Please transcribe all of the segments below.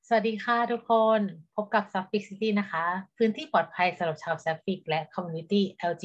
สวัสดีค่ะทุกคนพบกับ Sapphic City นะคะพื้นที่ปลอดภัยสำหรับชาว Sapphic และ Community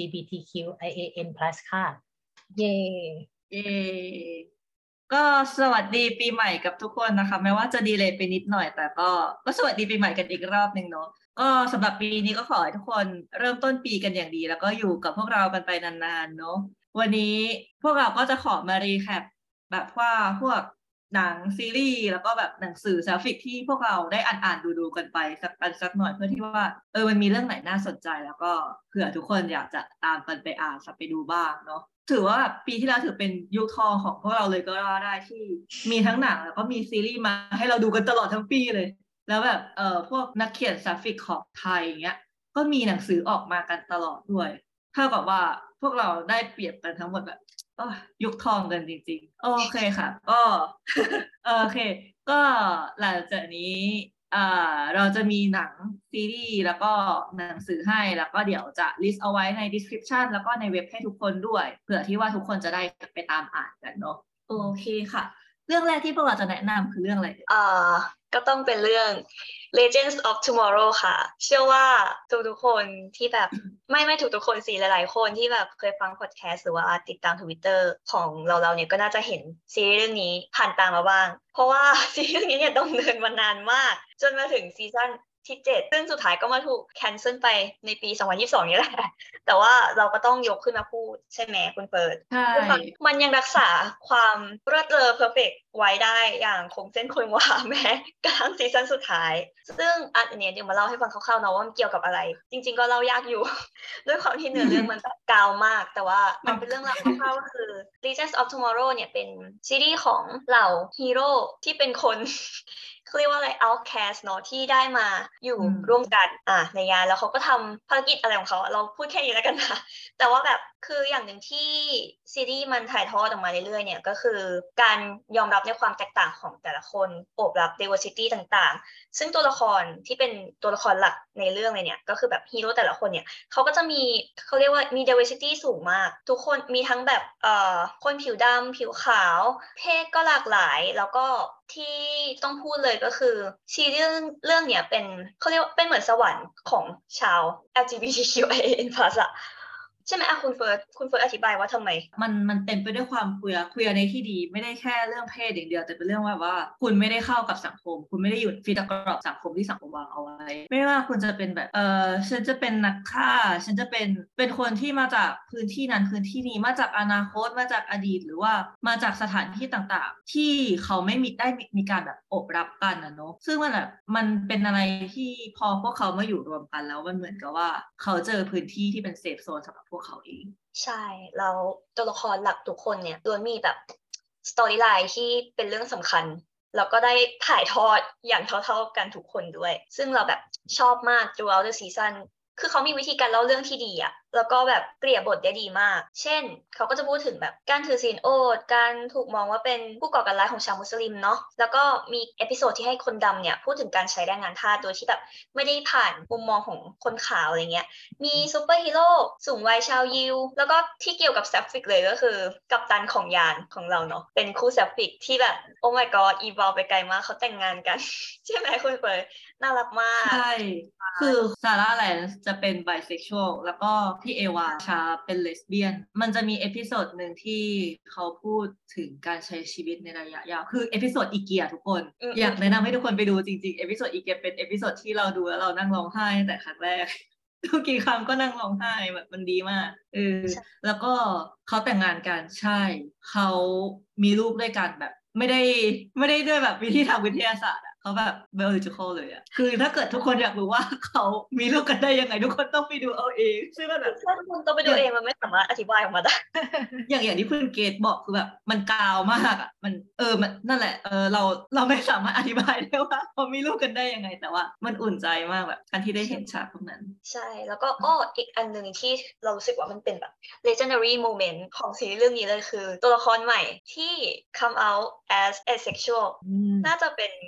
LGBTQIAN+ ค่ะเย้เย้ก็สวัสดีปีใหม่กับทุกคนนะคะแม้ว่าจะดีเลย์ไปนิดหน่อยแต่ก็สวัสดีปีใหม่กันอีกรอบหนึ่งเนาะก็สำหรับปีนี้ก็ขอให้ทุกคนเริ่มต้นปีกันอย่างดีแล้วก็อยู่กับพวกเรากันไปนานๆเนาะวันนี้พวกเราก็จะขอมารีแคปแบบว่าพวกหนังซีรีส์แล้วก็แบบหนังสือซาฟิกที่พวกเราได้อ่านดูกันไปสักหน่อยเพื่อที่ว่ามันมีเรื่องไหนน่าสนใจแล้วก็เผื่อทุกคนอยากจะตามกันไปอ่านสับไปดูบ้างเนาะ ถือว่าแบบปีที่แล้วถือเป็นยุคทองของพวกเราเลยก็ได้ที่มีทั้งหนังแล้วก็มีซีรีส์มาให้เราดูกันตลอดทั้งปีเลยแล้วแบบพวกนักเขียนกราฟิกของไทยอย่างเงี้ยก็มีหนังสือออกมากันตลอดด้วยเท่ากับว่าพวกเราได้เปรียบกันทั้งหมดแบบยุคทองกันจริงๆโอเคค่ะก็โอเคก็หลังจากนี้อ่าเราจะมีหนังซีรีส์แล้วก็หนังสือให้แล้วก็เดี๋ยวจะ list เอาไว้ใน description แล้วก็ในเว็บให้ทุกคนด้วยเผื่อที่ว่าทุกคนจะได้ไปตามอ่านกันเนาะโอเคค่ะเรื่องแรกที่พวกเราจะแนะนำคือเรื่องอะไรก็ต้องเป็นเรื่อง Legends of Tomorrow ค่ะเชื่อว่าทุกคนที่แบบไม่ทุกคนสิหลายๆคนที่แบบเคยฟังพอดแคสต์หรือว่าติดตาม Twitter ของเราเนี่ยก็น่าจะเห็นซีรีส์เรื่องนี้ผ่านตามมาบ้างเพราะว่าซีรีส์เรื่องนี้เนี่ยดำเนินมานานมากจนมาถึงซีซั่นที่7ซึ่งสุดท้ายก็มาถูกแคนเซิลไปในปี2022นี่แหละแต่ว่าเราก็ต้องยกขึ้นมาพูดใช่ไหมคุณเฟิร์สใช่มันยังรักษาความเลิศเลอเพอร์เฟกต์ไว้ได้อย่างคงเส้นคงวาแม้กระทั่งซีซั่นสุดท้ายซึ่งอันนี้เดี๋ยวมาเล่าให้ฟังคร่าวๆนะว่ามันเกี่ยวกับอะไรจริงๆก็เล่ายากอยู่ ด้วยความที่เนื้อเรื่องมันแบบกาวมากแต่ว่าเอาเป็นเรื่องราวคร่าวๆก็คือ Legends of Tomorrow เนี่ยเป็นซีรีส์ของเหล่าฮีโร่ที่เป็นคน เขาเรียกว่าอะไร outcast เนาะที่ได้มาอยู่ร่วมกันในงานแล้วเขาก็ทำภารกิจอะไรของเขาเราพูดแค่นี้แล้วกันนะแต่ว่าแบบคืออย่างหนึ่งที่ซีรีส์มันถ่ายทอดออกมาเรื่อยๆเนี่ยก็คือการยอมรับในความแตกต่างของแต่ละคนโอบรับ diversity ต่างๆซึ่งตัวละครที่เป็นตัวละครหลักในเรื่องเลยเนี่ยก็คือแบบฮีโร่แต่ละคนเนี่ยเขาก็จะมีเขาเรียกว่ามี diversity สูงมากทุกคนมีทั้งแบบคนผิวดำผิวขาวเพศก็หลากหลายแล้วก็ที่ต้องพูดเลยก็คือซีรีส์เรื่องเนี่ยเป็นเขาเรียกว่าเป็นเหมือนสวรรค์ของชาว LGBTQIA+ อะใช่ไหมคุณเฟิร์สอธิบายว่าทำไมมันเต็มไปด้วยความเคลียร์ในที่ดีไม่ได้แค่เรื่องเพศอย่างเดียวแต่เป็นเรื่องว่าคุณไม่ได้เข้ากับสังคมคุณไม่ได้อยู่ฟิตกรอบสังคมที่สังคมวางเอาไว้ไม่ว่าคุณจะเป็นแบบฉันจะเป็นนักฆ่าฉันจะเป็นคนที่มาจากพื้นที่นั้นพื้นที่นี้มาจากอนาคตมาจากอดีตหรือว่ามาจากสถานที่ต่างๆที่เขาไม่มีการแบบอบรับกันนะเนอะซึ่งมันเป็นอะไรที่พอพวกเขามาอยู่รวมกันแล้วมันเหมือนกับว่าเขาเจอพื้นที่ที่เป็นเซฟโซนสำหรับพวกเขาเองใช่แล้วตัวละครหลักทุกคนเนี่ยล้วนมีแบบสตอรี่ไลน์ที่เป็นเรื่องสำคัญแล้วก็ได้ถ่ายทอดอย่างเท่าๆกันทุกคนด้วยซึ่งเราแบบชอบมาก throughout the season คือเขามีวิธีการเล่าเรื่องที่ดีอะแล้วก็แบบเกลี่ยบทได้ดีมากเช่นเขาก็จะพูดถึงแบบการถือศีลอดการถูกมองว่าเป็นผู้ก่อการร้ายของชาวมุสลิมเนาะแล้วก็มีเอพิโซดที่ให้คนดำเนี่ยพูดถึงการใช้แรงงานทาสโดยที่แบบไม่ได้ผ่านมุมมองของคนขาวอะไรเงี้ยมีซูเปอร์ฮีโร่สูงวัยชาวยิวแล้วก็ที่เกี่ยวกับแซฟฟิกเลยก็คือกัปตันของยานของเราเนาะเป็นคู่แซฟฟิกที่แบบโอ้ my god อีวอลไปไกลมากเขาแต่งงานกัน ใช่ไหมคุณเฟิร์นน่ารักมาใช่กคือซาร่าแลนซ์จะเป็นไบเซ็กชวลแล้วก็พี่เอวาชาเป็นเลสเบี้ยน มันจะมีเอพิโซดหนึ่งที่เขาพูดถึงการใช้ชีวิตในระยะยาว คือเอพิโซดอีเกียทุกคน อยากแนะนำให้ทุกคนไปดูจริงๆ เอพิโซดอีเกียเป็นเอพิโซดที่เราดูแล้วเรานั่งร้องไห้ตั้งแต่ครั้งแรก ทุกกี่ครั้งก็นั่งร้องไห้แบบมันดีมากแล้วก็เขาแต่งงานกันใช่เขามีลูกด้วยกันแบบไม่ได้ด้วยแบบวิธีทางวิทยาศาสตร์อะเขาแบบ biological เลยอะคือถ้าเกิดทุกคนอยากรู้ว่าเขามีลูกกันได้ยังไงทุกคนต้องไปดูเอาเองซึ่งมันแบบถ้าทุกคนต้องไปดูเองมันไม่สามารถอธิบายออกมาได้อย่างที่คุณเกรทบอกคือแบบมันกาวมากอ่ะมันนั่นแหละเราไม่สามารถอธิบายได้ว่าเขามีลูกกันได้ยังไงแต่ว่ามันอุ่นใจมากแบบการที่ได้เห็นฉากพวกนั้นใช่แล้วก็อีกอันหนึ่งที่เรารู้สึกว่ามันเป็นแบบ legendary moment ของซีรีส์เรื่องนี้เลยคือตัวละครใหม่ที่ come out as asexual น่าจะเป็นคน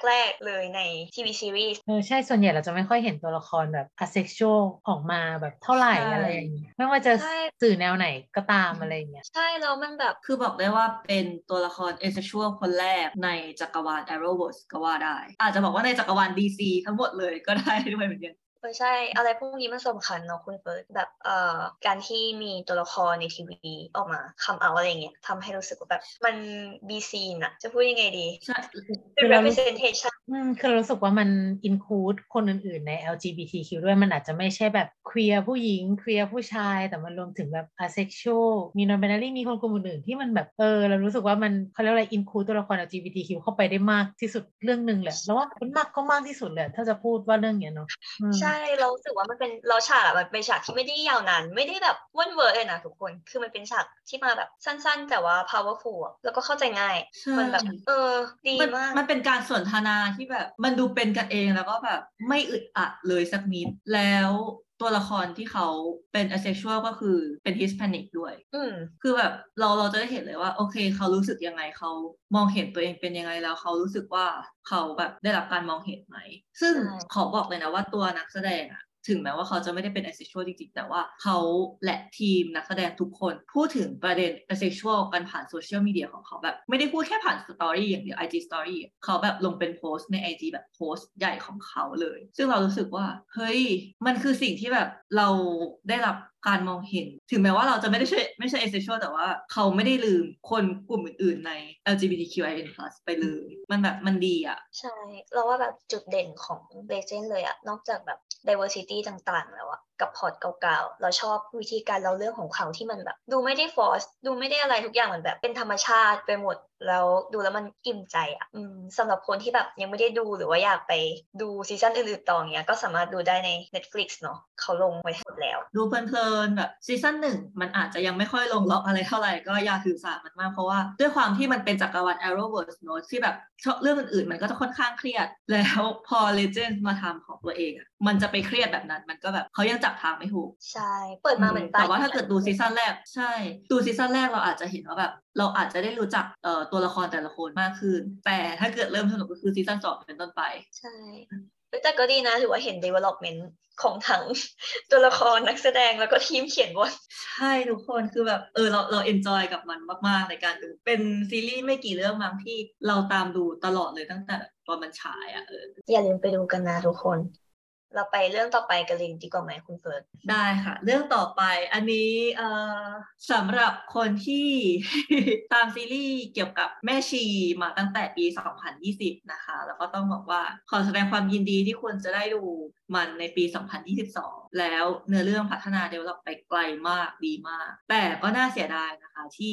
แรกๆเลยในทีวีซีรีส์ใช่ส่วนใหญ่เราจะไม่ค่อยเห็นตัวละครแบบ asexual ออกมาแบบเท่าไหร่อะไรอย่างเงี้ยไม่ว่าจะสื่อแนวไหนก็ตามอะไรอย่างเงี้ยใช่แล้วมันแบบคือบอกได้ว่าเป็นตัวละคร asexual คนแรกในจักรวาล Arrowverse ก็ว่าได้อาจจะบอกว่าในจักรวาล DC ทั้งหมดเลยก็ได้ด้วยเหมือนกันใช่อะไรพวกนี้มันสำคัญเนาะคุณเฟิร์สแบบการที่มีตัวละครในทีวีออกมาคำเอาอะไรเงี้ยทำให้รู้สึกว่าแบบมันบีซีน่ะจะพูดยังไงดีใช่เป็น representation คือเรารู้สึกว่ามัน include คนอื่นๆใน LGBTQ ด้วยมันอาจจะไม่ใช่แบบ queer ผู้หญิง queer ผู้ชายแต่มันรวมถึงแบบ asexual มี non-binary มีคนกลุ่มอื่นๆที่มันแบบเรารู้สึกว่ามันเขาเรียกอะไร include ตัวละคร LGBTQ เข้าไปได้มากที่สุดเรื่องหนึ่งแหละแล้วว่ามันมากก็มากที่สุดเลยถ้าจะพูดว่าเรื่องเนี้ยเนาะใช่เรารู้สึกว่ามันเป็นเราฉากอะมันเป็นฉากที่ไม่ได้ยาวนานไม่ได้แบบว่นเวอร์เลยนะทุกคนคือมันเป็นฉากที่มาแบบสั้นๆแต่ว่า powerful อะแล้วก็เข้าใจง่ายมันแบบดีมากมันเป็นการสนทนาที่แบบมันดูเป็นกันเองแล้วก็แบบไม่อึดอัดเลยสักนิดแล้วตัวละครที่เขาเป็น asexual ก็คือเป็น Hispanic ด้วยคือแบบเราจะได้เห็นเลยว่าโอเคเขารู้สึกยังไงเขามองเห็นตัวเองเป็นยังไงแล้วเขารู้สึกว่าเขาแบบได้รับการมองเห็นไหมซึ่งขอบอกเลยนะว่าตัวนักแสดงอะถึงแม้ว่าเขาจะไม่ได้เป็น asexual จริงๆแต่ว่าเขาและทีมนักแสดงทุกคนพูดถึงประเด็น asexual กันผ่านโซเชียลมีเดียของเขาแบบไม่ได้พูดแค่ผ่านสตอรี่อย่างเดียว IG Story เขาแบบลงเป็นโพสต์ใน IG แบบโพสต์ใหญ่ของเขาเลยซึ่งเรารู้สึกว่าเฮ้ยมันคือสิ่งที่แบบเราได้รับการมองเห็นถึงแม้ว่าเราจะไม่ใช่ asexual แต่ว่าเขาไม่ได้ลืมคนกลุ่มอื่นๆใน LGBTQIN+ ไปเลยมันแบบมันดีอ่ะใช่เราว่าแบบจุดเด่นของ Legend เลยอะนอกจากแบบ diversity ต่างๆแล้วอะกับพอร์ตเก่าๆเราชอบวิธีการเล่าเรื่องของเขาที่มันแบบดูไม่ได้ฟอร์สดูไม่ได้อะไรทุกอย่างมันแบบเป็นธรรมชาติไปหมดแล้วดูแล้วมันอิ่มใจอะสำหรับคนที่แบบยังไม่ได้ดูหรือว่าอยากไปดูซีซั่นอื่นๆต่อเนี้ยก็สามารถดูได้ใน Netflix เนาะเขาลงไว้หมดแล้วดูเพลินๆแบบซีซั่นหนึ่งมันอาจจะยังไม่ค่อยลงล็อกอะไรเท่าไหร่ก็อย่าถือสามันมากเพราะว่าด้วยความที่มันเป็นจักรวาล Arrowverse เนอะที่แบบเรื่องอื่นๆมันก็จะค่อนข้างเครียดแล้วพอ Legend มาทำของตัวเองอะมันจะไปเครียดแบบนั้นมันก็แบบเขายังจับทางไม่ถูกใช่เปิดมาเหมือนแต่ว่าถ้าเกิดดูซีซั่นแรกใช่ดูซีซั่นแรกเราอาจจะเห็นว่าแบบเราอาจจะได้รู้จักตัวละครแต่ละคนมากขึ้นแต่ถ้าเกิดเริ่มสนุกก็คือซีซั่น2เป็นต้นไปใช่แต่ก็ดีนะถือว่าเห็น development ของทั้งตัวละครนักแสดงแล้วก็ทีมเขียนบทใช่ทุกคนคือแบบเราเอนจอยกับมันมากๆในการดูเป็นซีรีส์ไม่กี่เรื่องมั้งที่เราตามดูตลอดเลยตั้งแต่ตอนมันฉายอ่ะอย่าลืมไปดูกันนะทุกคนเราไปเรื่องต่อไปกันเลยดีกว่าไหมคุณเฟิร์สได้ค่ะเรื่องต่อไปอันนี้สำหรับคนที่ ตามซีรีส์เกี่ยวกับแม่ชีมาตั้งแต่ปี 2020 นะคะแล้วก็ต้องบอกว่าขอแสดงความยินดีที่คุณจะได้ดูมันในปี 2022 แล้วเนื้อเรื่องพัฒนาเดเวลลอปไปไกลมากดีมากแต่ก็น่าเสียดายนะคะที่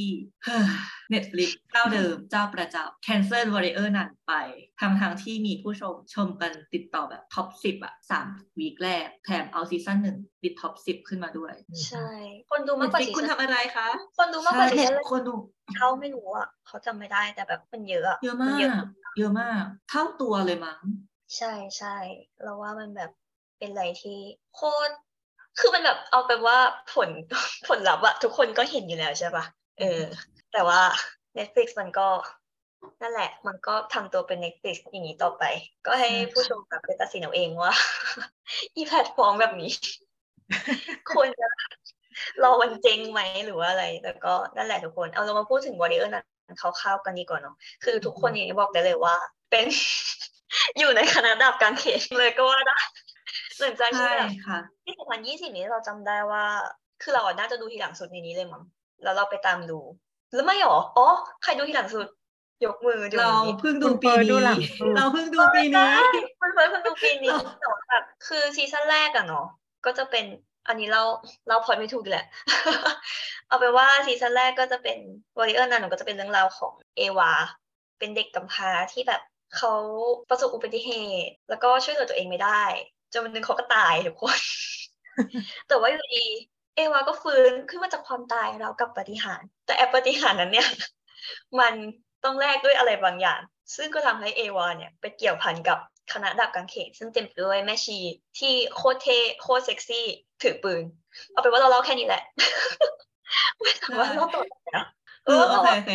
Netflix เจ้าเดิมเจ้าประจำ Cancel Warrior นั่นไปทั้งที่มีผู้ชมกันติดต่อแบบท็อป 10 อ่ะ 3 วีคแรกแถมเอาซีซั่น1ติดท็อป 10 ขึ้นมาด้วยใช่คนดูมากกว่าซีซั่นคุณทำอะไรคะคนดูมากกว่าซีซั่นคนดูเขาไม่รู้อ่ะเขาจำไม่ได้แต่แบบมันเยอะเยอะมากเยอะมากเท่าตัวเลยมั้งใช่เราว่ามันแบบเป็นอะไรที่โคตรคือมันแบบเอาไปว่าผลลัพธ์อะทุกคนก็เห็นอยู่แล้วใช่ปะแต่ว่า Netflix มันก็นั่นแหละมันก็ทำตัวเป็น Netflix อย่างนี้ต่อไปก็ให้ผู้ชมแบบไปตัดสินเอาเองว่าอีแพลตฟอร์มแบบนี้ควรจะรอวันเจ๊งไหมหรือว่าอะไรแต่ก็นั่นแหละทุกคนเอาเรามาพูดถึง Warrior นั้นคร่าวๆกันดีกว่าเนาะคือทุกคนอย่างนี้บอกได้เลยว่าเป็น อยู่ในคณะดาบกางเขนเลยก็ว่าได้หลังจากที่แบบที่2020นี้เราจำได้ว่าคือเราน่าจะดูทีหลังสุดในนี้เลยมั้งแล้วเราไปตามดูแล้วไม่หรอใครดูทีหลังสุดยกมือดูเราเพิ่งดูปีนี้เราเพิ่งดูปีนี้มันเพิ่งดูปีนี้แต่ว่าแบบคือซีซั่นแรกอะเนาะก็จะเป็นอันนี้เราพอไม่ถูกแหละ เอาไปว่าซีซั่นแรกก็จะเป็นวอริเออร์นั่นก็จะเป็นเรื่องราวของเอวาเป็นเด็กกำพร้าที่แบบเขาประสบอุบัติเหตุแล้วก็ช่วยเหลือตัวเองไม่ได้จนวันนึงเขาก็ตายทุกคน แต่ว่าอยู่ดีเอวาก็ฟื้นขึ้นมาจากความตายแล้วกับปาฏิหาริย์แต่ปาฏิหาริย์นั้นเนี่ย มันต้องแลกด้วยอะไรบางอย่างซึ่งก็ทำให้เอวาเนี่ยไปเกี่ยวพันกับคณะดาบกางเขนซึ่งเต็มไปด้วยแม่ชีที่โคตรเท่โคตรเซ็กซี่ถือปืนเอาไปว่าเราเล่าแค่นี้แหละไม่สามารถเล่าต่อได้แล้วโอเค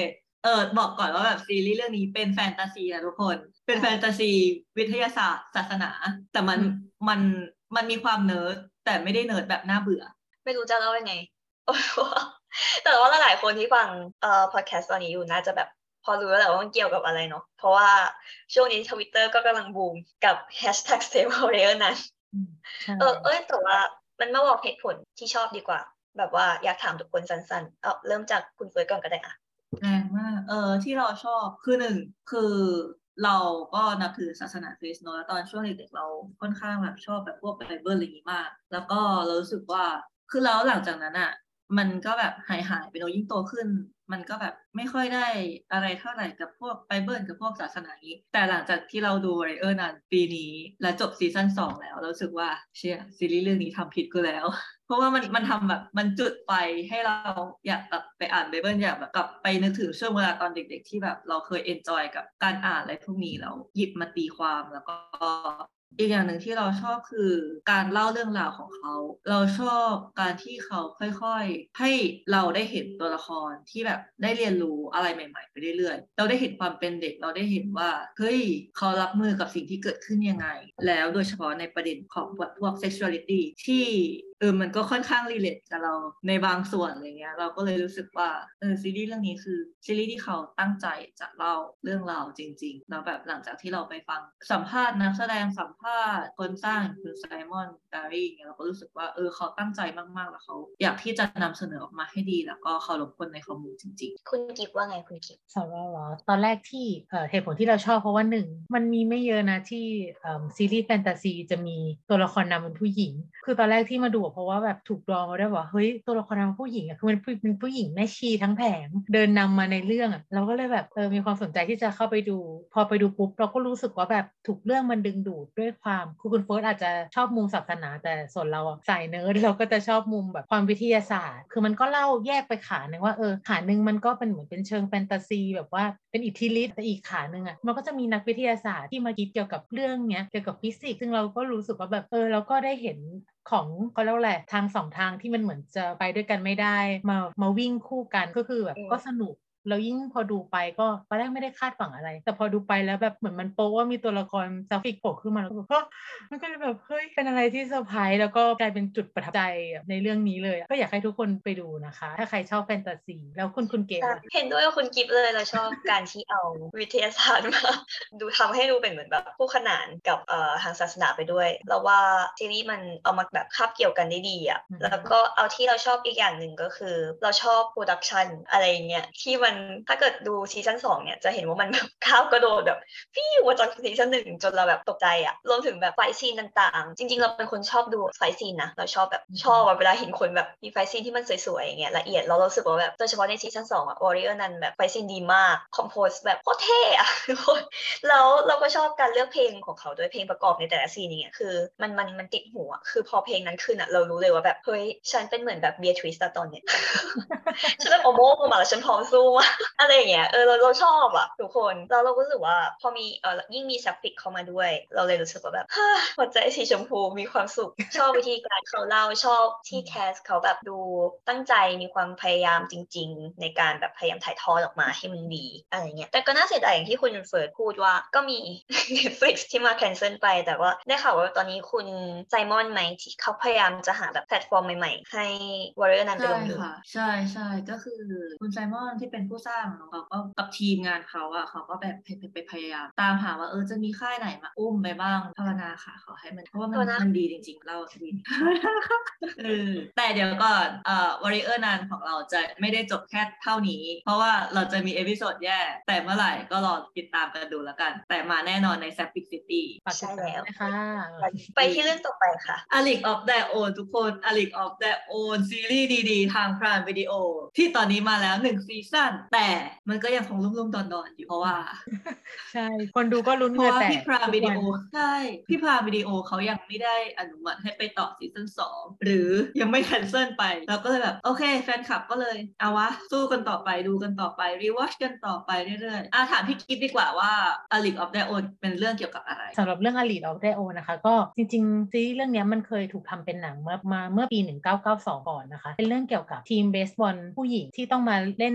บอกก่อนว่าแบบซีรีส์เรื่องนี้เป็นแฟนตาซีนะทุกคนเป็นแฟนตาซีวิทยาศาสตร์ศาสนาแต่มันมันมีความเนิร์ดแต่ไม่ได้เนิร์ดแบบน่าเบื่อไม่รู้จะเล่ายังไง แต่ว่าหลายๆคนที่ฟังพอดแคสต์ตอนนี้อยู่น่าจะแบบพอรู้แล้วแหละว่ามันเกี่ยวกับอะไรเนาะเพราะว่าช่วงนี้ Twitter ก็กำลังบูมกับ #SaveOreal นั้นแต่ว่ามันมาบอกเหตุผลที่ชอบดีกว่าแบบว่าอยากถามทุกคนสั้นๆเริ่มจากคุณเฟิร์สก่อนก็ได้แรงมากที่เราชอบคือหนึ่งคือเราก็นับถือศาสนาคริสต์เนอะแล้วตอนช่วงเด็กๆเราค่อนข้างแบบชอบแบบพวกไบเบิลอะไรอย่างนี้มากแล้วก็เรารู้สึกว่าคือแล้วหลังจากนั้นอ่ะมันก็แบบหายไปเนอะยิ่งโตขึ้นมันก็แบบไม่ค่อยได้อะไรเท่าไหร่กับพวกไบเบิลกับพวกศาสนานี้แต่หลังจากที่เราดูไรนั้นปีนี้และจบซีซั่น2แล้วเรารู้สึกว่าเชี่ยซีรีส์เรื่องนี้ทำผิดกูแล้วเพราะว่ามันทำแบบมันจุดไฟให้เราอยากแบบไปอ่านไบเบิลอยากแบบกลับไปนึกถึงช่วงเวลาตอนเด็กๆที่แบบเราเคยเอนจอยกับการอ่านอะไรพวกนี้แล้วหยิบมาตีความแล้วก็อีกอย่างหนึ่งที่เราชอบคือการเล่าเรื่องราวของเขาเราชอบการที่เขาค่อยๆให้เราได้เห็นตัวละครที่แบบได้เรียนรู้อะไรใหม่ๆไปเรื่อยๆเราได้เห็นความเป็นเด็กเราได้เห็นว่าเฮ้ยเขารับมือกับสิ่งที่เกิดขึ้นยังไงแล้วโดยเฉพาะในประเด็นของพวก sexuality ที่มันก็ค่อนข้างรีเลทกับเราในบางส่วนอะไรเงี้ยเราก็เลยรู้สึกว่าซีรีส์เรื่องนี้คือซีรีส์ที่เขาตั้งใจจะเล่าเรื่องราวจริงๆแล้วแบบหลังจากที่เราไปฟังสัมภาษณ์นักแสดงสัมภาษณ์คนสร้างคุณไซมอนแบร์รี่เนี่ยเราก็รู้สึกว่าเขาตั้งใจมากๆแล้วเขาอยากที่จะนำเสนอออกมาให้ดีแล้วก็เคารพคนในคอมมูนจริงๆคุณกิฟว่าไงคุณกิฟสำหรับเราตอนแรกที่เหตุผลที่เราชอบเพราะว่าหนึ่งมันมีไม่เยอะนะที่ซีรีส์แฟนตาซีจะมีตัวละครนำเป็นผู้หญิงคือตอนแรกที่มาดูเพราะว่าแบบถูกดองมาได้ว่าเฮ้ยตัวละครนำเป็นผู้หญิงคือมันเป็นผู้หญิงแม่ชีทั้งแผงเดินนำมาในเรื่องเราก็เลยแบบมีความสนใจที่จะเข้าไปดูพอไปดูปุ๊บเราก็รู้สึกว่าแบบถูกเรื่องมันดึงดูดด้วยความคุณเฟิร์สอาจจะชอบมุมศาสนาแต่ส่วนเราสายเนิร์ดเราก็จะชอบมุมแบบความวิทยาศาสตร์คือมันก็เล่าแยกไปขาหนึ่งว่าขาหนึ่งมันก็เป็นเหมือนเป็นเชิงแฟนตาซีแบบว่าเป็นอิทธิฤทธิ์แต่อีกขาหนึ่งมันก็จะมีนักวิทยาศาสตร์ที่มาคิดเกี่ยวกับเรื่องเนี้ยเกี่ยวกับฟิสิกส์ซึ่งเราก็รู้สึกว่าแบบเราก็ได้เห็นของเขาเรียกแหละทางสองทางที่มันเหมือนจะไปด้วยกันไม่ได้มาวิ่งคู่กันก็คือแบบก็สนุกแล้วยิ่งพอดูไปก็ตอนแรกไม่ได้คาดหวังอะไรแต่พอดูไปแล้วแบบเหมือนมันโป๊ว่ามีตัวละครซัฟฟิกโผล่ขึ้นมาแล้วก็มันก็เลยแบบเฮ้ยเป็นอะไรที่เซอร์ไพรส์แล้วก็กลายเป็นจุดประทับใจในเรื่องนี้เลยก็อยากให้ทุกคนไปดูนะคะถ้าใครชอบแฟนตาซีแล้วคุณเกลเห็นด้วยกับคุณกิฟเลยเราชอบการที่เอาวิทยาศาสตร์มาดูทำให้ดูเป็นเหมือนแบบคู่ขนานกับทางศาสนาไปด้วยแล้วว่าซีรีส์มันเอามาแบบคาบเกี่ยวกันได้ดีอ่ะแล้วก็เอาที่เราชอบอีกอย่างหนึ่งก็คือเราชอบโปรดักชันอะไรเงี้ยที่มันถ้าเกิดดูซีซั่น2เนี่ยจะเห็นว่ามันแบบก้าวกระโดดแบบพี่มาจากซีซั่น1จนเราแบบตกใจอ่ะรวมถึงแบบไฟซีนต่างๆจริงๆเราเป็นคนชอบดูไฟซีนนะเราชอบแบบชอบเวลาเห็นคนแบบมีไฟซีนที่มันสวยๆอย่างเงี้ยละเอียดเรารู้สึกว่าแบบโดยเฉพาะในซีซั่น2วอริเออร์นั้นแบบไฟซีนดีมากคอมโพสแบบโคตรเท่อะทุกคนแล้วเราก็ชอบการเลือกเพลงของเขาด้วยเพลงประกอบในแต่ละซีนอย่างเงี้ยคือมันติดหูอะคือพอเพลงนั้นขึ้นอะเรารู้เลยว่าแบบเฮ้ยฉันเป็นเหมือนแบบเบียทริสตอนเนี้ย ฉันแบบโอโม่มาแล้วฉันพร้อมสู้มากอะไรอย่างเงี้ยเราชอบอะทุกคนเราก็รู้สึกว่าพอมียิ่งมีซัฟฟิกเข้ามาด้วยเราเลยรู้สึกว่าแบบหัวใจสีชมพูมีความสุขชอบวิธีการเขาเล่าชอบที่แคสเขาแบบดูตั้งใจมีความพยายามจริงๆในการแบบพยายามถ่ายทอดออกมาให้มันดีอะไรเงี้ยแต่ก็น่าเสียดายอย่างที่คุณเฟิร์สพูดว่าก็มี Netflix ที่มาแคนเซิลไปแต่ว่าได้ข่าวว่าตอนนี้คุณไซมอนไหมที่เขาพยายามจะหาแบบแพลตฟอร์มใหม่ๆให้ Warrior นั้นไปลงอยู่ค่ะใช่ก็คือคุณไซมอนที่เป็นผู้สร้างเขาก็กับทีมงานเขาอะเขาก็แบบไปพยายามตามหาว่าจะมีค่ายไหนมาอุ้มไปบ้างภาวนาค่ะขอให้มันเพราะว่ามันดีจริงๆเราดีแต่เดี๋ยวก่อนWarrior นั้นของเราจะไม่ได้จบแค่เท่านี้เพราะว่าเราจะมีเอพิโซดแยกแต่เมื่อไหร่ก็รอติดตามกันดูแล้วกันแต่มาแน่นอนใน Sapphic City ใช่แล้วนะคะไปที่เรื่องต่อไปค่ะ A League of Their Own ทุกคน A League of Their Own ซีรีส์ดีๆทาง Prime Video ที่ตอนนี้มาแล้ว1ซีซั่นแต่มันก็ยังคงลุ่มๆดอนๆอยู่เพราะว่าใช่คนดูก็ลุ้นเพเงืราะอแตกว่าพี่ Prime Video ใช่พี่ Prime Video เขายังไม่ได้อนุมัติให้ไปต่อซีซั่น2หรือยังไม่แคนเซิลไปเราก็เลยแบบโอเคแฟนคลับก็เลยเอาวะสู้กันต่อไปดูกันต่อไปรีวอชกันต่อไปเรื่อยๆถามพี่กิ๊ฟดีกว่าว่า A League of Their Own เป็นเรื่องเกี่ยวกับอะไรสำหรับเรื่อง A League of Their Own นะคะก็จริงๆซีรีส์เรื่องนี้มันเคยถูกทำเป็นหนังเมื่อปี1992ก่อนนะคะเป็นเรื่องเกี่ยวกับทีมเบสบอลผู้หญิงที่ต้องมาเล่นเบสบอล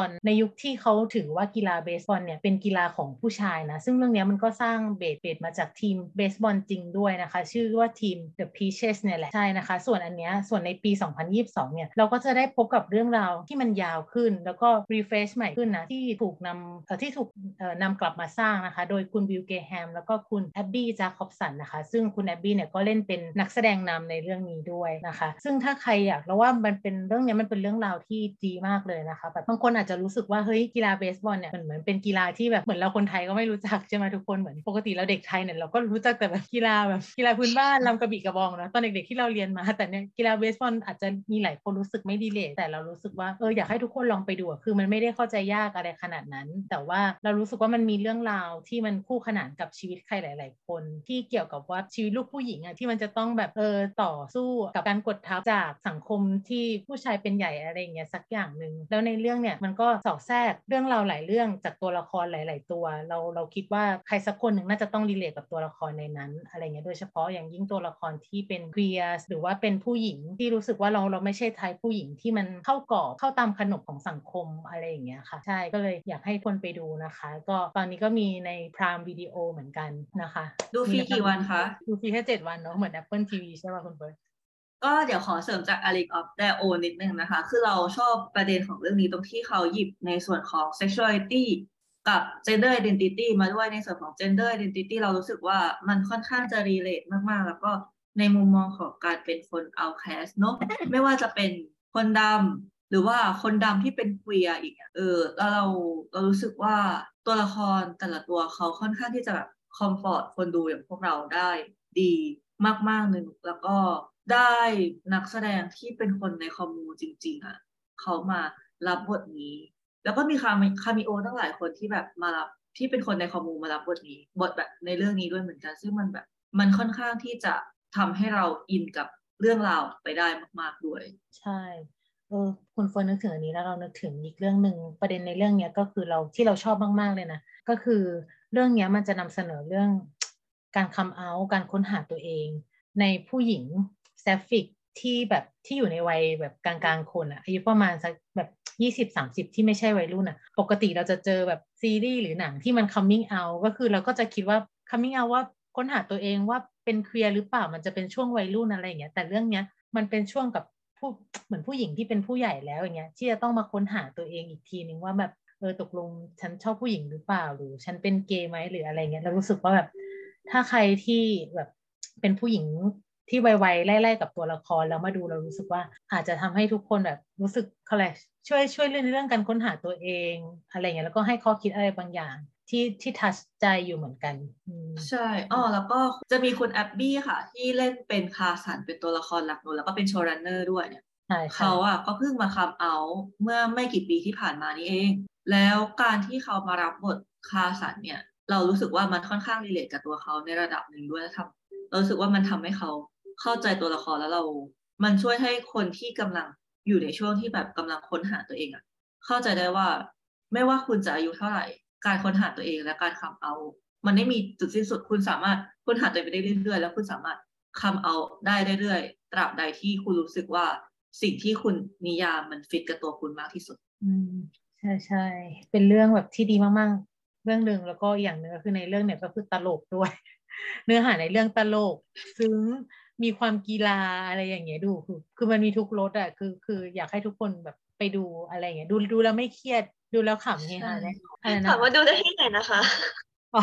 ลในยุคที่เขาถือว่ากีฬาเบสบอลเนี่ยเป็นกีฬาของผู้ชายนะซึ่งเรื่องนี้มันก็สร้างเบสมาจากทีมเบสบอลจริงด้วยนะคะชื่อว่าทีม The Peaches เนี่ยแหละใช่นะคะส่วนอันเนี้ยส่วนในปี 2022 เนี่ยเราก็จะได้พบกับเรื่องราวที่มันยาวขึ้นแล้วก็ refresh ใหม่ขึ้นนะที่ถูกนำกลับมาสร้างนะคะโดยคุณบิล เกแฮมแล้วก็คุณแอบบี้จาคอบสันนะคะซึ่งคุณแอบบี้เนี่ยก็เล่นเป็นนักแสดงนำในเรื่องนี้ด้วยนะคะซึ่งถ้าใครอยากแล้วว่ามันเป็นเรื่องนี้มันเป็นเรื่องราวที่ดีมากเลยนะคะแบบบางคนอาจจะรู้สึกว่าเฮ้ยกีฬาเบสบอลเนี่ยเหมือนเป็นกีฬาที่แบบเหมือนเราคนไทยก็ไม่รู้จักใช่ไหมทุกคนเหมือนปกติเราเด็กไทยเนี่ยเราก็รู้จักแต่แบบกีฬาพื้นบ้านลำกระบี่กระบองนะตอนเด็กๆที่เราเรียนมาแต่เนี่ยกีฬาเบสบอลอาจจะมีหลายคนรู้สึกไม่ดีเลยแต่เรารู้สึกว่าอยากให้ทุกคนลองไปดูคือมันไม่ได้เข้าใจยากอะไรขนาดนั้นแต่ว่าเรารู้สึกว่ามันมีเรื่องราวที่มันคู่ขนานกับชีวิตใครหลายๆคนที่เกี่ยวกับว่าชีวิตลูกผู้หญิงอะที่มันจะต้องแบบต่อสู้กับการกดทับจากสังคมที่ผู้ชายเป็นใหญ่อะไรอย่างเงี้ยสักอย่างหนึ่งแล้วในเรื่องเนี่ยมันก็สอดแทรกเรื่องราวหลายเรื่องจากตัวละครหลายๆตัวเราคิดว่าใครสักคนหนึ่งน่าจะต้องรีเลทกับตัวละครในนั้นอะไรเงี้ยโดยเฉพาะอย่างยิ่งตัวละครที่เป็นเคลียร์หรือว่าเป็นผู้หญิงที่รู้สึกว่าเราไม่ใช่ไทป์ผู้หญิงที่มันเข้ากรอบเข้าตามขนบของสังคมอะไรอย่างเงี้ยค่ะใช่ก็เลยอยากให้คนไปดูนะคะก็ตอนนี้ก็มีใน Prime Video เหมือนกันนะคะดูฟรีกี่วันคะดูฟรีแค่7 วันเนาะเหมือน Apple TV ใช่ป่ะคุณเบิร์ตก็เดี๋ยวขอเสริมจาก Alec of Their Own นิดนึงนะคะคือเราชอบประเด็นของเรื่องนี้ตรงที่เขาหยิบในส่วนของ sexuality กับ gender identity มาด้วยในส่วนของ gender identity เรารู้สึกว่ามันค่อนข้างจะ relate มากๆแล้วก็ในมุมมองของการเป็นคน outcast เนอะไม่ว่าจะเป็นคนดำหรือว่าคนดำที่เป็น queer อีกแล้วเรารู้สึกว่าตัวละครแต่ละตัวเขาค่อนข้างที่จะแบบ comfort คนดูอย่างพวกเราได้ดีมากๆหนึ่งแล้วก็ได้นักแสดงที่เป็นคนในคอมมูจริงๆอ่ะเขามารับบทนี้แล้วก็มีคามิโอตั้งหลายคนที่แบบมารับที่เป็นคนในคอมมูมารับบทนี้บทแบบในเรื่องนี้ด้วยเหมือนกันซึ่งมันแบบมันค่อนข้างที่จะทำให้เราอินกับเรื่องราวไปได้มากๆด้วยใช่คุณเฟิร์นนึกถึงอันนี้แล้วเรานึกถึงอีกเรื่องหนึ่งประเด็นในเรื่องนี้ก็คือที่เราชอบมากๆเลยนะก็คือเรื่องนี้มันจะนำเสนอเรื่องการคัมเอาท์การค้นหาตัวเองในผู้หญิงแซฟฟิกที่อยู่ในวัยแบบกลางๆคนอะอายุประมาณสักแบบ20-30ที่ไม่ใช่วัยรุ่นอะปกติเราจะเจอแบบซีรีส์หรือหนังที่มัน coming out ก็คือเราก็จะคิดว่า coming out ว่าค้นหาตัวเองว่าเป็นเคลียร์หรือเปล่ามันจะเป็นช่วงวัยรุ่นอะไรอย่างเงี้ยแต่เรื่องเนี้ยมันเป็นช่วงกับเหมือนผู้หญิงที่เป็นผู้ใหญ่แล้วอย่างเงี้ยที่จะต้องมาค้นหาตัวเองอีกทีนึงว่าแบบตกลงฉันชอบผู้หญิงหรือเปล่าหรือฉันเป็นเกย์ไหมหรืออะไรเงี้ยเรารู้สึกว่าแบบถ้าใครที่แบบเป็นผู้หญิงที่ไวๆไล่ๆกับตัวละครแล้วมาดูเรารู้สึกว่าอาจจะทำให้ทุกคนแบบรู้สึกเขาเลยช่วยเรื่องการค้นหาตัวเองอะไรเงี้ยแล้วก็ให้ข้อคิดอะไรบางอย่างที่ทัชใจอยู่เหมือนกันใช่แล้วก็จะมีคุณแอบบี้ค่ะที่เล่นเป็นคาสันเป็นตัวละครหลักหนูแล้วก็เป็นโชว์รันเนอร์ด้วยเนี่ยเขาก็เพิ่งมาคัมเอาท์เมื่อไม่กี่ปีที่ผ่านมานี้เองแล้วการที่เขามารับบทคาสันเนี่ยเรารู้สึกว่ามันค่อนข้างรีเลทกับตัวเขาในระดับหนึ่งด้วยเรารู้สึกว่ามันทำให้เขาเข้าใจตัวละครแล้วมันช่วยให้คนที่กำลังอยู่ในช่วงที่แบบกำลังค้นหาตัวเองเข้าใจได้ว่าไม่ว่าคุณจะอายุเท่าไหร่การค้นหาตัวเองและการคัมเอาท์มันไม่มีจุดสิ้นสุดคุณสามารถค้นหาตัวเองไปได้เรื่อยๆแล้วคุณสามารถคัมเอาท์ได้เรื่อยๆตราบใดที่คุณรู้สึกว่าสิ่งที่คุณนิยามมันฟิตกับตัวคุณมากที่สุดใช่เป็นเรื่องแบบที่ดีมากๆเรื่องหนึ่งแล้วก็อย่างหนึ่งก็คือในเรื่องเนี่ยก็คือตลกด้วยเนื้อหาในเรื่องตลกซึ้งมีความกีฬาอะไรอย่างเงี้ยดูคือมันมีทุกรสอ่ะคืออยากให้ทุกคนแบบไปดูอะไรอย่างเงี้ยดูแล้วไม่เครียดดูแล้วขำเฮฮาแน่อะไรนะถามว่าดูได้ที่ไหนนะคะอ๋อ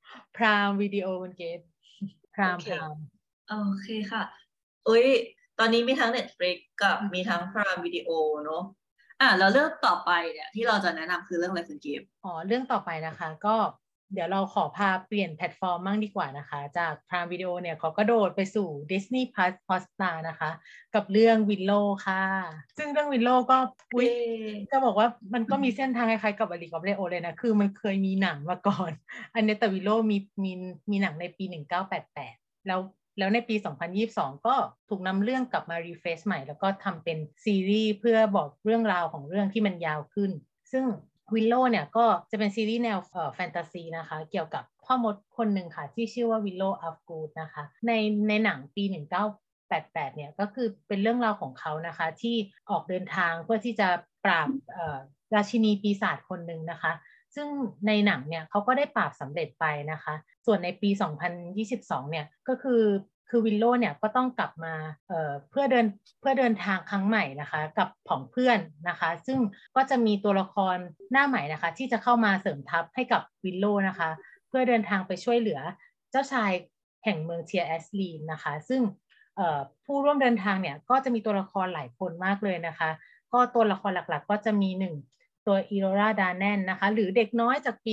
Prime Video คุณเกด Prime โอเคค่ะตอนนี้มีทั้ง Netflix กับมีทั้ง Prime Video เนอะแล้วเรื่องต่อไปเนี่ยที่เราจะแนะนำคือเรื่องอะไรคุณเกมเรื่องต่อไปนะคะก็เดี๋ยวเราขอพาเปลี่ยนแพลตฟอร์มมั่งดีกว่านะคะจาก Prime Video เนี่ยเขาก็โดดไปสู่ Disney Plus Hotstar นะคะกับเรื่อง Willow ค่ะซึ่งเรื่อง Willow ก็จะบอกว่ามันก็มีเส้นทางคล้ายๆกับ Alec of Their Own เลยนะคือมันเคยมีหนังมาก่อนอันนี้แต่ Willow มีหนังในปี1988แล้วในปี2022ก็ถูกนำเรื่องกลับมารีเฟรชใหม่แล้วก็ทำเป็นซีรีส์เพื่อบอกเรื่องราวของเรื่องที่มันยาวขึ้นซึ่งวิลโลเนี่ยก็จะเป็นซีรีส์แนวแฟนตาซีนะคะเกี่ยวกับพ่อมดคนหนึ่งค่ะที่ชื่อว่าวิลโลอัฟกูดนะคะในหนังปี1988เนี่ยก็คือเป็นเรื่องราวของเขานะคะที่ออกเดินทางเพื่อที่จะปราบราชินีปีศาจคนหนึ่งนะคะซึ่งในหนังเนี่ยเขาก็ได้ปราบสำเร็จไปนะคะส่วนในปี 2022 เนี่ยก็คือวิลโลเนี่ยก็ต้องกลับมาเพื่อเดินทางครั้งใหม่นะคะกับผองเพื่อนนะคะซึ่งก็จะมีตัวละครหน้าใหม่นะคะที่จะเข้ามาเสริมทัพให้กับวิลโลนะคะเพื่อเดินทางไปช่วยเหลือเจ้าชายแห่งเมืองเทียแอสลีนนะคะซึ่งผู้ร่วมเดินทางเนี่ยก็จะมีตัวละครหลายคนมากเลยนะคะก็ตัวละครหลักๆก็จะมีตัวอีโรราดาแนนนะคะหรือเด็กน้อยจากปี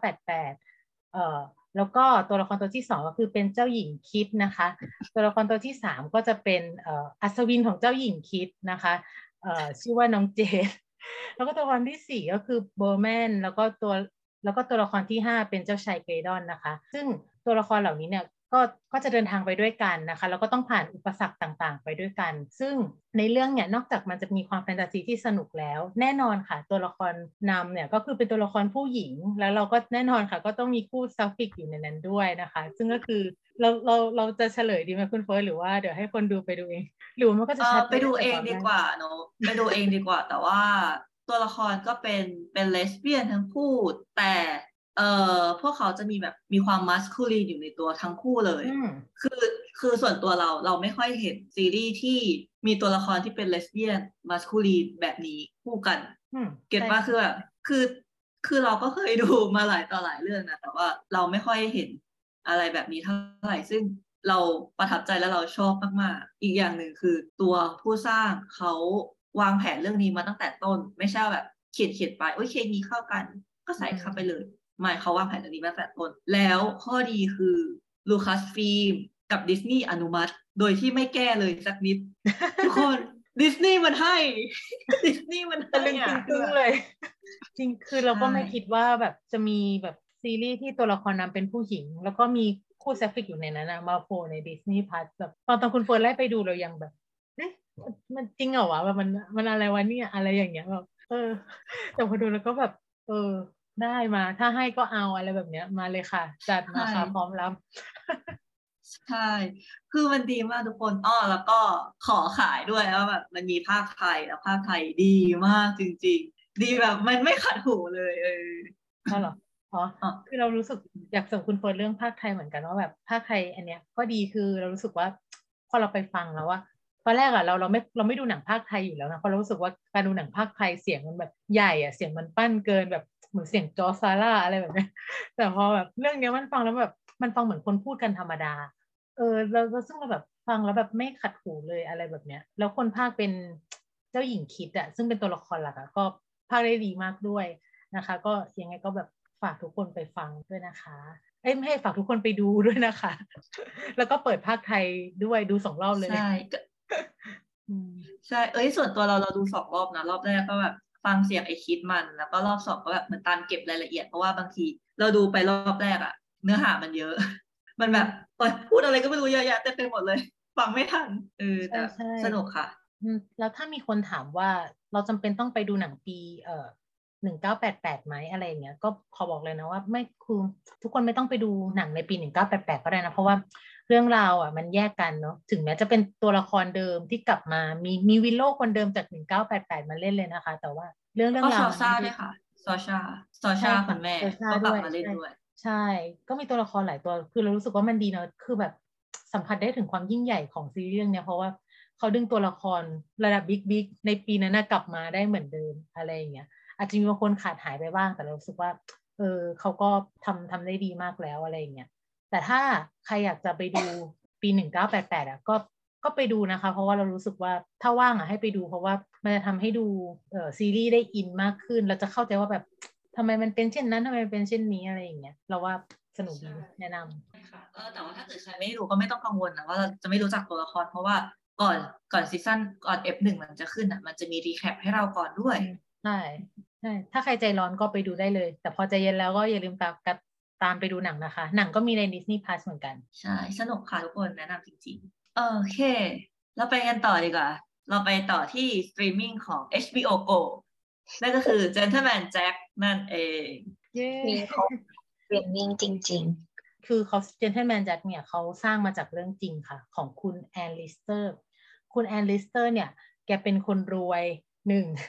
1988แล้วก็ตัวละครตัวที่2ก็คือเป็นเจ้าหญิงคิดนะคะตัวละครตัวที่3ก็จะเป็นอัศวินของเจ้าหญิงคิดนะคะชื่อว่าน้องเจดแล้วก็ตัวละครที่4ก็คือเบอร์แมนแล้วก็ตัวละครที่5เป็นเจ้าชายเกรดอนนะคะซึ่งตัวละครเหล่านี้เนี่ยก็จะเดินทางไปด้วยกันนะคะแล้วก็ต้องผ่านอุปสรรคต่างๆไปด้วยกันซึ่งในเรื่องเนี่ยนอกจากมันจะมีความแฟนตาซีที่สนุกแล้วแน่นอนค่ะตัวละครนำเนี่ยก็คือเป็นตัวละครผู้หญิงแล้วเราก็แน่นอนค่ะก็ต้องมีคู่ซัฟฟิกอยู่ในนั้นด้วยนะคะซึ่งก็คือเราจะเฉลยดีไหมคุณเฟิร์สหรือว่าเดี๋ยวให้คนดูไปดูเองหรือมันก็จะชัดไปดูเองดีกว่าเนอะไปดูเองดีกว่าแต่ว่าตัวละครก็เป็นเลสเบี้ยนทั้งคู่แต่พวกเขาจะมีความมัสคูลีนอยู่ในตัวทั้งคู่เลยคือส่วนตัวเราไม่ค่อยเห็นซีรีส์ที่มีตัวละครที่เป็นเลสเบี้ยนมัสคูลีนแบบนี้คู่กันเก็ตว่าคือแบบคือเราก็เคยดูมาหลายต่อหลายเรื่องนะแต่ว่าเราไม่ค่อยเห็นอะไรแบบนี้เท่าไหร่ซึ่งเราประทับใจและเราชอบมากๆอีกอย่างหนึ่งคือตัวผู้สร้างเขาวางแผนเรื่องนี้มาตั้งแต่ต้นไม่ใช่แบบเขียนไปโอ้ยเคมีเข้ากันก็ใส่เข้าไปเลยไม่เขาวางแผนเรื่องนี้มาตั้งแต่ต้นแล้วข้อดีคือลูคัสฟิล์มกับดิสนีย์อนุมัติโดยที่ไม่แก้เลยสักนิด ทุกคนดิสนีย์มันให้ดิสนีย์มันให้ตึงเลยจริงคือเราก็ไม่คิดว่าแบบจะมีแบบซีรีส์ที่ตัวละครนำเป็นผู้หญิงแล้วก็มีคู่ซัฟฟิกอยู่ในนั้นนะมาโผล่ใน Disney Plus แบบตอนคุณเฟิร์นไล่ไปดูเรายังแบบมันจริงเหรอวะแบบมันอะไรวะเนี่ยอะไรอย่างเงี้ยแบบแต่พอดูแล้วก็แบบได้มาถ้าให้ก็เอาอะไรแบบเนี้ยมาเลยค่ะจัดมาค่ะพร้อมรับใช่คือมันดีมากทุกคนแล้วก็ขอขายด้วยว่าแบบมันมีภาคไทยแล้วภาคไทยดีมากจริงๆดีแบบมันไม่ขัดหูเลยเหรอคือเรารู้สึกอยากส่งคุณเฟิร์นเรื่องภาคไทยเหมือนกันว่าแบบภาคไทยอันเนี้ยก็ดีคือเรารู้สึกว่าพอเราไปฟังแล้วว่าตอนแรกเราไม่ดูหนังภาคไทยอยู่แล้วนะเพราะเรารู้สึกว่าการดูหนังภาคไทยเสียงมันแบบใหญ่อะเสียงมันปั้นเกินแบบเหมือนเสียงจอซาร่าอะไรแบบนี้แต่พอแบบเรื่องนี้มันฟังแล้วแบบมันฟังเหมือนคนพูดกันธรรมดาเราซึ่งเราแบบฟังแล้วแบบไม่ขัดหูเลยอะไรแบบเนี้ยแล้วคนภาคเป็นเจ้าหญิงคิดอะซึ่งเป็นตัวละครหลักอะก็ภาคได้ดีมากด้วยนะคะก็ยังไงก็แบบฝากทุกคนไปฟังด้วยนะคะไม่ให้ฝากทุกคนไปดูด้วยนะคะแล้วก็เปิดภาคไทยด้วยดู2 รอบเลยใช่ใช่ส่วนตัวเราดู2 รอบนะรอบแรกก็แบบฟังเสียงไอคิดมันแล้วก็รอบ2ก็แบบเหมือนตามเก็บรายละเอียดเพราะว่าบางทีเราดูไปรอบแรกอะเนื้อหามันเยอะมันแบบพูดอะไรก็ไม่รู้เยอะแยะเต็มไปหมดเลยฟังไม่ทันแต่สนุกค่ะแล้วถ้ามีคนถามว่าเราจำเป็นต้องไปดูหนังปี1988ไหมอะไรอย่างเงี้ยก็ขอบอกเลยนะว่าไม่คือทุกคนไม่ต้องไปดูหนังในปี1988ก็ได้นะเพราะว่าเรื่องราวอ่ะมันแยกกันเนาะถึงแม้จะเป็นตัวละครเดิมที่กลับมามีวิลโลคนเดิมจาก1988มาเล่นเลยนะคะแต่ว่าเรื่องราวซอซ่าด้วยค่ะซอชาคุณแม่ก็กลับมาเล่นด้วยใช่ก็มีตัวละครหลายตัวคือเรารู้สึกว่ามันดีเนาะคือแบบสัมผัสได้ถึงความยิ่งใหญ่ของซีรีส์เรื่องนี้เพราะว่าเขาดึงตัวละครระดับบิ๊กในปีนั้นกลับมาได้เหมือนเดิมอะไรอย่างเงี้ยอาจจะมีบางคนขาดหายไปบ้างแต่เรารู้สึกว่าเขาก็ทำได้ดีมากแล้วอะไรอย่างเงี้ยแต่ถ้าใครอยากจะไปดูปี1988ก็ไปดูนะคะเพราะว่าเรารู้สึกว่าถ้าว่างให้ไปดูเพราะว่ามันจะทำให้ดูซีรีส์ได้อินมากขึ้นเราจะเข้าใจว่าแบบทำไมมันเป็นเช่นนั้นทำไมมันเป็นเช่นนี้อะไรอย่างเงี้ยเราว่าสนุกดีแนะนำค่ะแต่ว่าถ้าเกิดใครไม่รู้ก็ไม่ต้องกังวลนะว่าเราจะไม่รู้จักตัวละครเพราะว่าก่อนซีซั่นก่อน F1 มันจะขึ้นมันจะมีรีแคปให้เราก่อนด้วยใช่ถ้าใครใจร้อนก็ไปดูได้เลยแต่พอใจเย็นแล้วก็อย่าลืมตามไปดูหนังนะคะหนังก็มีใน Disney Plus เหมือนกันใช่สนุกค่ะทุกคนแนะนำจริงๆโอเคเราไปกันต่อดีกว่าเราไปต่อที่สตรีมมิ่งของ HBO Go นั่นก็คือ Gentleman Jack นั่นเองมีเขาเรียนนิ่งจริงๆคือเขา Gentleman Jack เนี่ยเขาสร้างมาจากเรื่องจริงค่ะของคุณแอนลิสเตอร์คุณแอนลิสเตอร์เนี่ยแกเป็นคนรวย1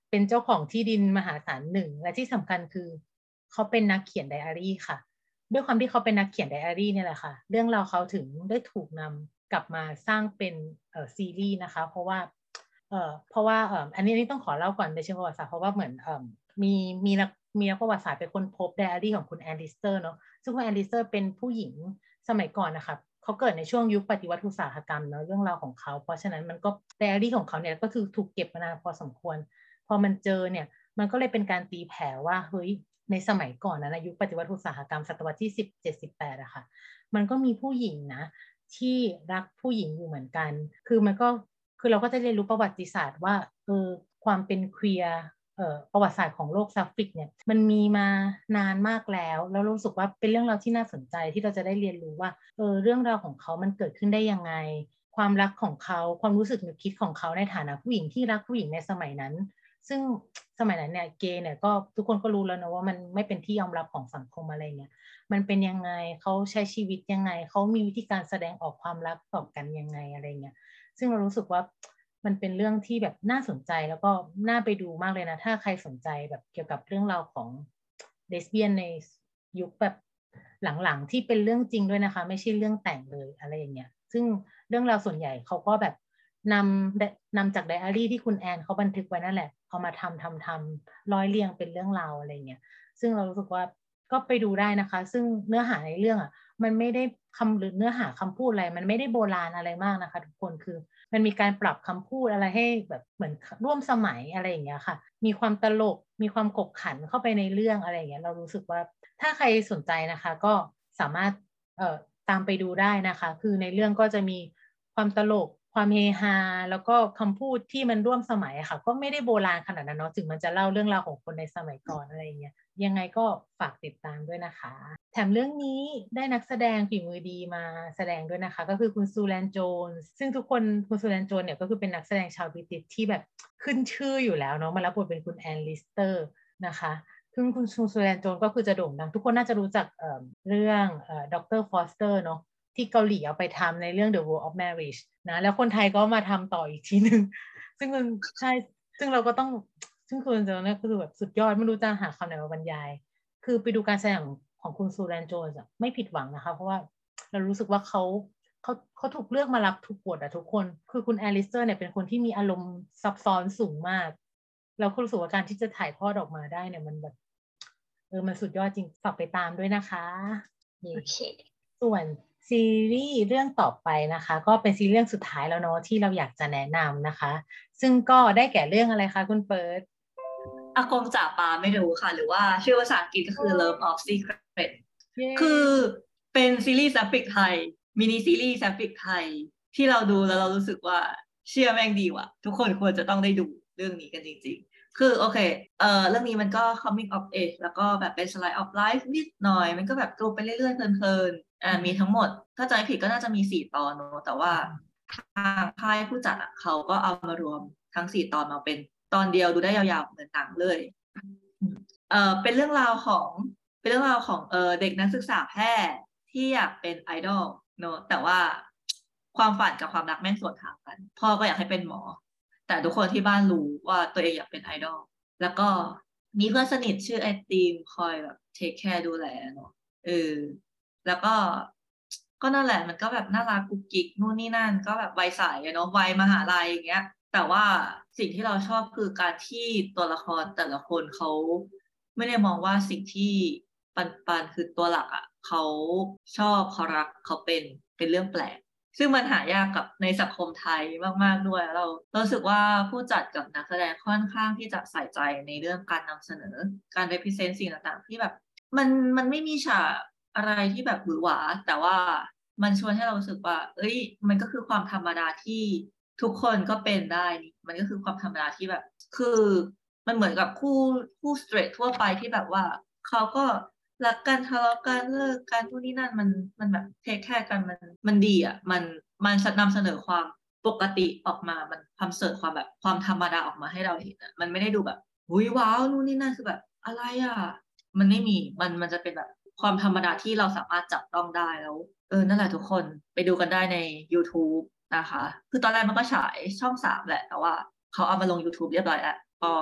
เป็นเจ้าของที่ดินมหาศาลหนึ่งและที่สำคัญคือเขาเป็นนักเขียนไดอารี่ค่ะด้วยความที่เขาเป็นนักเขียนไดอารี่เนี่ยแหละค่ะเรื่องราวเขาถึงได้ถูกนำกลับมาสร้างเป็นซีรีส์นะคะเพราะว่าอันนี้ต้องขอเล่าก่อนในเชิงประวัติศาสตร์เพราะว่าเหมือนมีมีนักประวัติศาสตร์เป็นคนพบไดอารี่ของคุณแอนลิสเตอร์เนาะซึ่งคุณแอนลิสเตอร์เป็นผู้หญิงสมัยก่อนนะคะเขาเกิดในช่วงยุคปฏิวัติอุตสาหกรรมเนาะเรื่องราวของเขาเพราะฉะนั้นมันก็ไดอารี่ของเขาเนี่ยก็คือถูกเก็บมานานพอสมควรพอมันเจอเนี่ยมันก็เลยเป็นการตีแผ่ว่าเฮ้ยในสมัยก่อนนะในยุคปฏิวัติอุตสาหกรรมศตวรรษที่17-18อะค่ะมันก็มีผู้หญิงนะที่รักผู้หญิงอยู่เหมือนกันคือเราก็จะเรียนรู้ประวัติศาสตร์ว่าความเป็นเคลียร์ประวัติศาสตร์ของโลกซัฟฟิกเนี่ยมันมีมานานมากแล้วรู้สึกว่าเป็นเรื่องราวที่น่าสนใจที่เราจะได้เรียนรู้ว่าเรื่องราวของเขามันเกิดขึ้นได้ยังไงความรักของเขาความรู้สึกนึกคิดของเขาในฐานะผู้หญิงที่รักผู้หญิงในสมัยนั้นซึ่งสมัยนั้นเนี่ยเกย์เนี่ยก็ทุกคนก็รู้แล้วนะว่ามันไม่เป็นที่ยอมรับของสังคมอะไรเงี้ยมันเป็นยังไงเขาใช้ชีวิตยังไงเขามีวิธีการแสดงออกความรักต่อกันยังไงอะไรเงี้ยซึ่งเรารู้สึกว่ามันเป็นเรื่องที่แบบน่าสนใจแล้วก็น่าไปดูมากเลยนะถ้าใครสนใจแบบเกี่ยวกับเรื่องราวของเลสเบี้ยนในยุคแบบหลังๆที่เป็นเรื่องจริงด้วยนะคะไม่ใช่เรื่องแต่งเลยอะไรอย่างเงี้ยซึ่งเรื่องราวส่วนใหญ่เขาก็แบบนำจากไดอารี่ที่คุณแอนเขาบันทึกไว้นั่นแหละเอามาทำร้อยเรียงเป็นเรื่องราวอะไรเงี้ยซึ่งเรารู้สึกว่าก็ไปดูได้นะคะซึ่งเนื้อหาในเรื่องอ่ะมันไม่ได้หรือเนื้อหาคำพูดอะไรมันไม่ได้โบราณอะไรมากนะคะทุกคนคือมันมีการปรับคำพูดอะไรให้แบบเหมือนร่วมสมัยอะไรอย่างเงี้ยค่ะมีความตลกมีความขบขันเข้าไปในเรื่องอะไรอย่างเงี้ยเรารู้สึกว่าถ้าใครสนใจนะคะก็สามารถตามไปดูได้นะคะคือในเรื่องก็จะมีความตลกความเฮฮาแล้วก็คำพูดที่มันร่วมสมัยค่ะก็ไม่ได้โบราณขนาดนั้นเนาะถึงมันจะเล่าเรื่องราวของคนในสมัยก่อนอะไรอย่างเงี้ยยังไงก็ฝากติดตามด้วยนะคะแถมเรื่องนี้ได้นักแสดงฝีมือดีมาแสดงด้วยนะคะก็คือคุณซูแลนโจนส์ซึ่งทุกคนคุณซูแลนโจนส์เนี่ยก็คือเป็นนักแสดงชาวบริติชที่แบบขึ้นชื่ออยู่แล้วเนาะมารับบทเป็นคุณแอนลิสเตอร์นะคะซึ่งคุณซูแลนโจนส์ก็คือจะโด่งดังทุกคนน่าจะรู้จักเรื่องด็อกเตอร์ฟอสเตอร์เนาะที่เกาหลีเอาไปทำในเรื่อง The World of Marriage นะแล้วคนไทยก็มาทำต่ออีกทีนึงซึ่งมันใช่ซึ่งเราก็ต้องซึ่งคุณเจอเนี่ยคือแบบสุดยอดไม่รู้จะหาคำไหนมาบรรยายคือไปดูการแสดงของคุณซูแลนโจนส์ไม่ผิดหวังนะคะเพราะว่าเรารู้สึกว่าเขาถูกเลือกมารับทุกบทอะทุกคนคือคุณแอลิสเตอร์เนี่ยเป็นคนที่มีอารมณ์ซับซ้อนสูงมากแล้วก็รู้สึกว่าการที่จะถ่ายทอดออกมาได้เนี่ยมันแบบมันสุดยอดจริงฝากไปตามด้วยนะคะโอเคส่วนซีรีส์เรื่องต่อไปนะคะก็เป็นซีรีส์เรื่องสุดท้ายแล้วเนาะที่เราอยากจะแนะนำนะคะซึ่งก็ได้แก่เรื่องอะไรคะคุณเปิร์ดอากงจ่าปาไม่รู้ค่ะหรือว่าชื่อภาษาอังกฤษก็คือ Love of Secret คือเป็นซีรีส์แซฟฟิกไทยมินิซีรีส์แซฟฟิกไทยที่เราดูแล้วเรารู้สึกว่าเชื่อแม่งดีว่ะทุกคนควรจะต้องได้ดูเรื่องนี้กันจริงๆคือโอเคเรื่องนี้มันก็ coming of age แล้วก็แบบเป็น slice of life นิดหน่อยมันก็แบบดูไปเรื่อยๆเพลินๆมีทั้งหมดถ้าจำไม่ผิดก็น่าจะมี4 ตอนเนอะแต่ว่าทางค่ายผู้จัดเขาก็เอามารวมทั้ง4 ตอนมาเป็นตอนเดียวดูได้ยาวๆเหมือนหนังเลยเป็นเรื่องราวของเด็กนักศึกษาแพทย์ที่อยากเป็นไอดอลเนอะแต่ว่าความฝันกับความรักแม่งสวนทางกันพ่อก็อยากให้เป็นหมอแต่ทุกคนที่บ้านรู้ว่าตัวเองอยากเป็นไอดอลแล้วก็มีเพื่อนสนิทชื่อไอติมคอยแบบเทคแคร์ดูแลเนอะแล้วก็นั่นแหละมันก็แบบน่ารักกุ๊กกิ๊กนู่นนี่นั่นก็แบบวัยใสเนาะวัยมหาลัยอย่างเงี้ยแต่ว่าสิ่งที่เราชอบคือการที่ตัวละครแต่ละคนเขาไม่ได้มองว่าสิ่งที่ปันคือตัวหลักอ่ะเขาชอบเขารักเขาเป็นเรื่องแปลกซึ่งมันหายากกับในสังคมไทยมากๆด้วยเรารู้สึกว่าผู้จัดกับนักแสดงค่อนข้างที่จะใส่ใจในเรื่องการนำเสนอการ represent สิ่งต่างๆที่แบบมันไม่มีฉากอะไรที่แบบหวือหวาแต่ว่ามันชวนให้เรารู้สึกว่ามันก็คือความธรรมดาที่ทุกคนก็เป็นได้นี่มันก็คือความธรรมดาที่แบบคือมันเหมือนกับคู่สเตรททั่วไปที่แบบว่าเขาก็รักกันทะเลาะกันเลิกกันพวกนี้นั่นมันแบบเทคแคร์กันมันดีอ่ะมันนำเสนอความปกติออกมามันความเสิร์ฟความแบบความธรรมดาออกมาให้เราเห็นอ่ะมันไม่ได้ดูแบบหุ้ยว้าวนู่นนี่นั่นคือแบบอะไรอ่ะมันไม่มีมันจะเป็นแบบความธรรมดาที่เราสามารถจับต้องได้แล้วนั่นแหละทุกคนไปดูกันได้ใน YouTube นะคะคือตอนแรกมันก็ฉายช่อง3แหละแต่ว่าเขาเอามาลง YouTube เรียบร้อยแล้วก็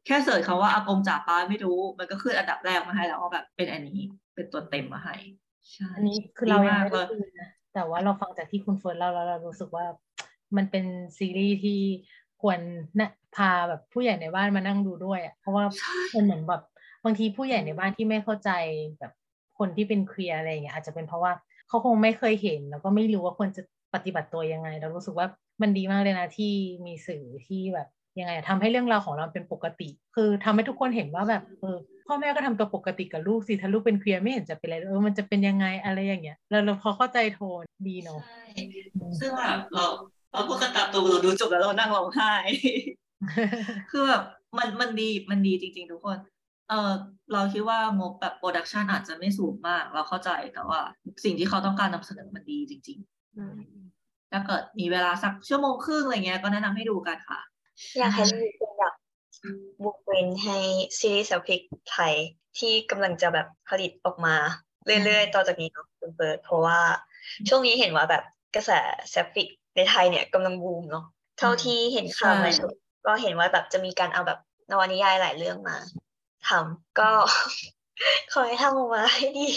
แค่เสิร์ชคำว่าอากงจ๋าป้าไม่รู้มันก็ขึ้นอันดับแรกมาให้แล้วว่าแบบเป็นอันนี้เป็นตัวเต็มมาให้ใช่อันนี้คือดีเรายังมากไม่เลยได้ดูนะแต่ว่าเราฟังจากที่คุณเฟิร์นเล่าแล้วเรารู้สึกว่ามันเป็นซีรีส์ที่ควรนะพาแบบผู้ใหญ่ในบ้านมานั่งดูด้วยอ่ะเพราะว่าใช่มันเหมือนแบบบางทีผู้ใหญ่ในบ้านที่ไม่เข้าใจแบบคนที่เป็นเคลียร์อะไรอย่างเงี้ยอาจจะเป็นเพราะว่าเขาคงไม่เคยเห็นแล้วก็ไม่รู้ว่าควรจะปฏิบัติตัวยังไงเรารู้สึกว่ามันดีมากเลยนะที่มีสื่อที่แบบยังไงอะทำให้เรื่องราวของเราเป็นปกติคือทำให้ทุกคนเห็นว่าแบบพ่อแม่ก็ทำตัวปกติกับลูกสิถ้าลูกเป็นเคลียร์ไม่เห็นจะเป็นอะไรเลยมันจะเป็นยังไงอะไรอย่างเงี้ยเราพอเข้าใจโทนดีเนาะใช่อืมซึ่งแบบเราพูดกันตามตรงเราดูจบแล้วเรานั่งร้องไห้ คือแบบมันดีจริงๆทุกคนเออเราคิดว่างบแบบโปรดักชันอาจจะไม่สูงมากเราเข้าใจแต่ว่าสิ่งที่เขาต้องการนำเสนอมันดีจริงๆถ้าเกิดมีเวลาสักชั่วโมงครึ่งอะไรเงี้ยก็แนะนำให้ดูกันค่ะอยากให้รีวิวอยากบุกเวนให้ซีรีส์แซฟฟิกไทยที่กำลังจะแบบผลิตออกมาเรื่อยๆต่อจากนี้เนาะคุณเบิร์ดเพราะว่าช่วงนี้เห็นว่าแบบกระแสแซฟฟิกในไทยเนี่ยกำลังบูมเนาะเท่าที่เห็นข่าวมาช่วงก็เห็นว่าแบบจะมีการเอาแบบนวนิยายหลายเรื่องมาทำก็ ขอให้ทำออกมาให้ดี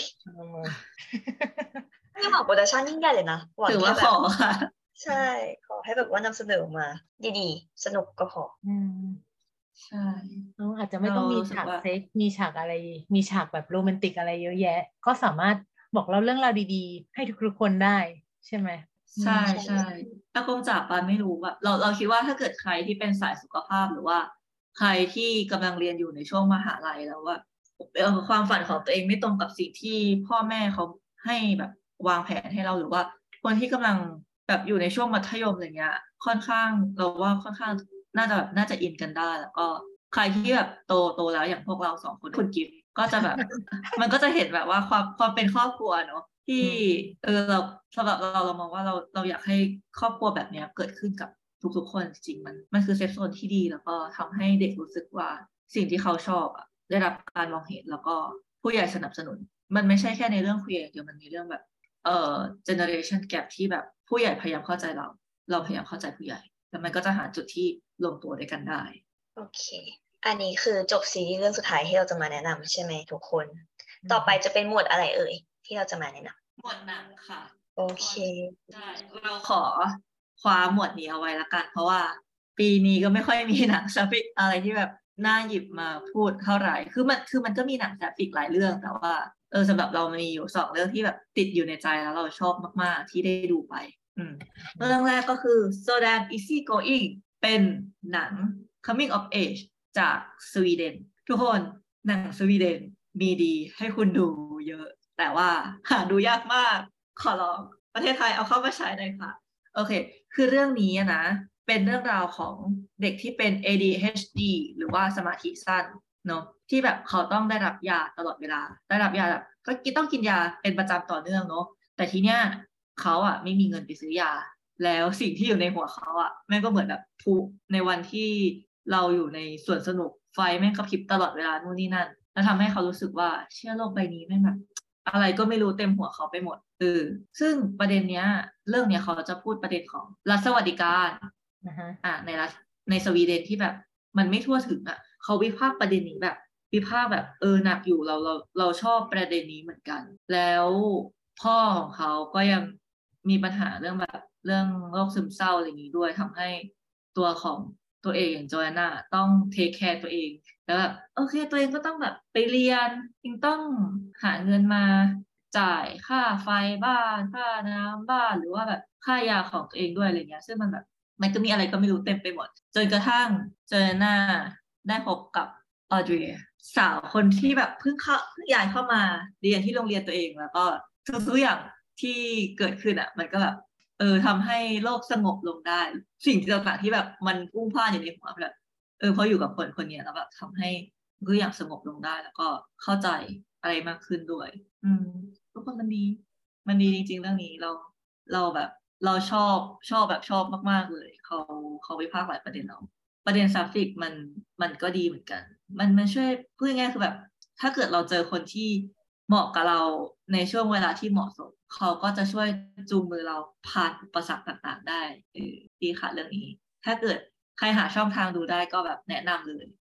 นี่หวังโปรดักชันยิ่งใหญ่เลยนะหวังถือว่าแค่แบขบอค่ะใช่ขอให้แบบว่านำเสนอออกมาดีๆสนุกก็พออืมใช่อาจจะไม่เราต้องมีรู้สึกว่าฉากเซ็กมีฉากอะไรมีฉากแบบโรแมนติกอะไรเยอะแยะก็สามารถบอกเล่าเรื่องราวดีๆให้ทุกๆคนได้ใช่ไหมใช่ใช่ถ้าคงจากปานไม่รู้แบบเราคิดว่าถ้าเกิดใครที่เป็นสายสุขภาพหรือว่าใครที่กำลังเรียนอยู่ในช่วงมหาลัยแล้วว่าความฝันของตัวเองไม่ตรงกับสิ่งที่พ่อแม่เขาให้แบบวางแผนให้เราหรือว่าคนที่กำลังแบบอยู่ในช่วงมัธยมอะไรเงี้ยค่อนข้างเราว่าค่อนข้างน่าจะอินกันได้แล้วก็ใครที่แบบโตแล้วอย่างพวกเราสองคนคุณกิฟต์ก็จะแบบ มันก็จะเห็นแบบว่าความเป็นครอบครัวเนอะที่เราสำหรับเรามองว่าเราอยากให้ครอบครัวแบบเนี้ยเกิดขึ้นกับทุกๆคนจริงๆมันคือเซฟโซนที่ดีแล้วก็ทำให้เด็กรู้สึกว่าสิ่งที่เขาชอบอะได้รับการมองเห็นแล้วก็ผู้ใหญ่สนับสนุนมันไม่ใช่แค่ในเรื่องคุยอย่างเดียวมันมีเรื่องแบบgeneration gap ที่แบบผู้ใหญ่พยายามเข้าใจเราพยายามเข้าใจผู้ใหญ่แล้วมันก็จะหาจุดที่ลงตัวด้วยกันได้โอเค อันนี้คือจบซีรีส์เรื่องสุดท้ายที่เราจะมาแนะนำใช่ไหมทุกคน ต่อไปจะเป็นหมวดอะไรเอ่ยที่เราจะมาแนะนหมวดหนังค่ะำโอเคใช่เราขอคว้าหมวดนี้เอาไว้ละกันเพราะว่าปีนี้ก็ไม่ค่อยมีหนังซาฟิกอะไรที่แบบน่าหยิบมาพูดเท่าไหร่คือมันก็มีหนังซาฟิกหลายเรื่องแต่ว่าสำหรับเรามีอยู่2 เรื่องที่แบบติดอยู่ในใจแล้วเราชอบมากๆที่ได้ดูไปเรื่องแรกก็คือ So Damn Easy Going เป็นหนัง coming of age จากสวีเดนทุกคนหนังสวีเดนมีดีให้คุณดูเยอะแต่ว่าหาดูยากมากขอร้องประเทศไทยเอาเข้ามาใช้หน่อยค่ะโอเคคือเรื่องนี้นะเป็นเรื่องราวของเด็กที่เป็น ADHD หรือว่าสมาธิสั้นเนาะที่แบบเขาต้องได้รับยาตลอดเวลาได้รับยาแบบก็ต้องกินยาเป็นประจำต่อเนื่องเนาะแต่ทีเนี้ยเขาอ่ะไม่มีเงินไปซื้อยาแล้วสิ่งที่อยู่ในหัวเขาอ่ะแม่งก็เหมือนแบบพลุในวันที่เราอยู่ในสวนสนุกไฟแม่งกระพริบตลอดเวลานู่นนี่นั่นแล้วทำให้เขารู้สึกว่าเชื่อโลกใบนี้แม่งแบบอะไรก็ไม่รู้เต็มหัวเขาไปหมดซึ่งประเด็นเนี้ยเรื่องเนี้ยเขาจะพูดประเด็นของรัฐสวัสดิการในรัฐในสวีเดนที่แบบมันไม่ทั่วถึงอ่ะเขาวิพากษ์ประเด็นนี้แบบวิพากษ์แบบหนักอยู่เราชอบประเด็นนี้เหมือนกันแล้วพ่อของเขาก็ยังมีปัญหาเรื่องแบบเรื่องโรคซึมเศร้าอะไรอย่างนี้ด้วยทำให้ตัวของตัวเองอย่างจอยน่าต้องเทคแคร์ตัวเองแล้วแบบโอเคตัวเองก็ต้องแบบไปเรียนยังต้องหาเงินมาจ่ายค่าไฟบ้านค่าน้ำบ้านหรือว่าแบบค่ายาของตัวเองด้วยอะไรเงี้ยซึ่งมันแบบมันก็มีอะไรก็ไม่รู้เต็มไปหมดจนกระทั่งเจอหน้าได้พบกับออดรีสาวคนที่แบบเพิ่งย้ายเข้ามาเรียนที่โรงเรียนตัวเองแล้วก็ทุกอย่างที่เกิดขึ้นอ่ะมันก็แบบทำให้โลกสงบลงได้สิ่งต่างๆที่แบบมันพุ่งพล่านอยู่ในหัวแบบพออยู่กับคนคนนี้แล้วแบบทำให้ทุกอย่างสงบลงได้แล้วก็เข้าใจอะไรมากขึ้นด้วยทุกคนมันดีจริงๆเรื่องนี้เราแบบเราชอบแบบชอบมากๆเลยเขาวิพากษ์หลายประเด็นเราประเด็นซัฟฟิกมันก็ดีเหมือนกันมันช่วยพูดง่ายๆคือแบบถ้าเกิดเราเจอคนที่เหมาะกับเราในช่วงเวลาที่เหมาะสมเขาก็จะช่วยจูงมือเราผ่านอุปสรรคต่างๆได้ดีค่ะเรื่องนี้ถ้าเกิดใครหาช่องทางดูได้ก็แบบแนะนำเลย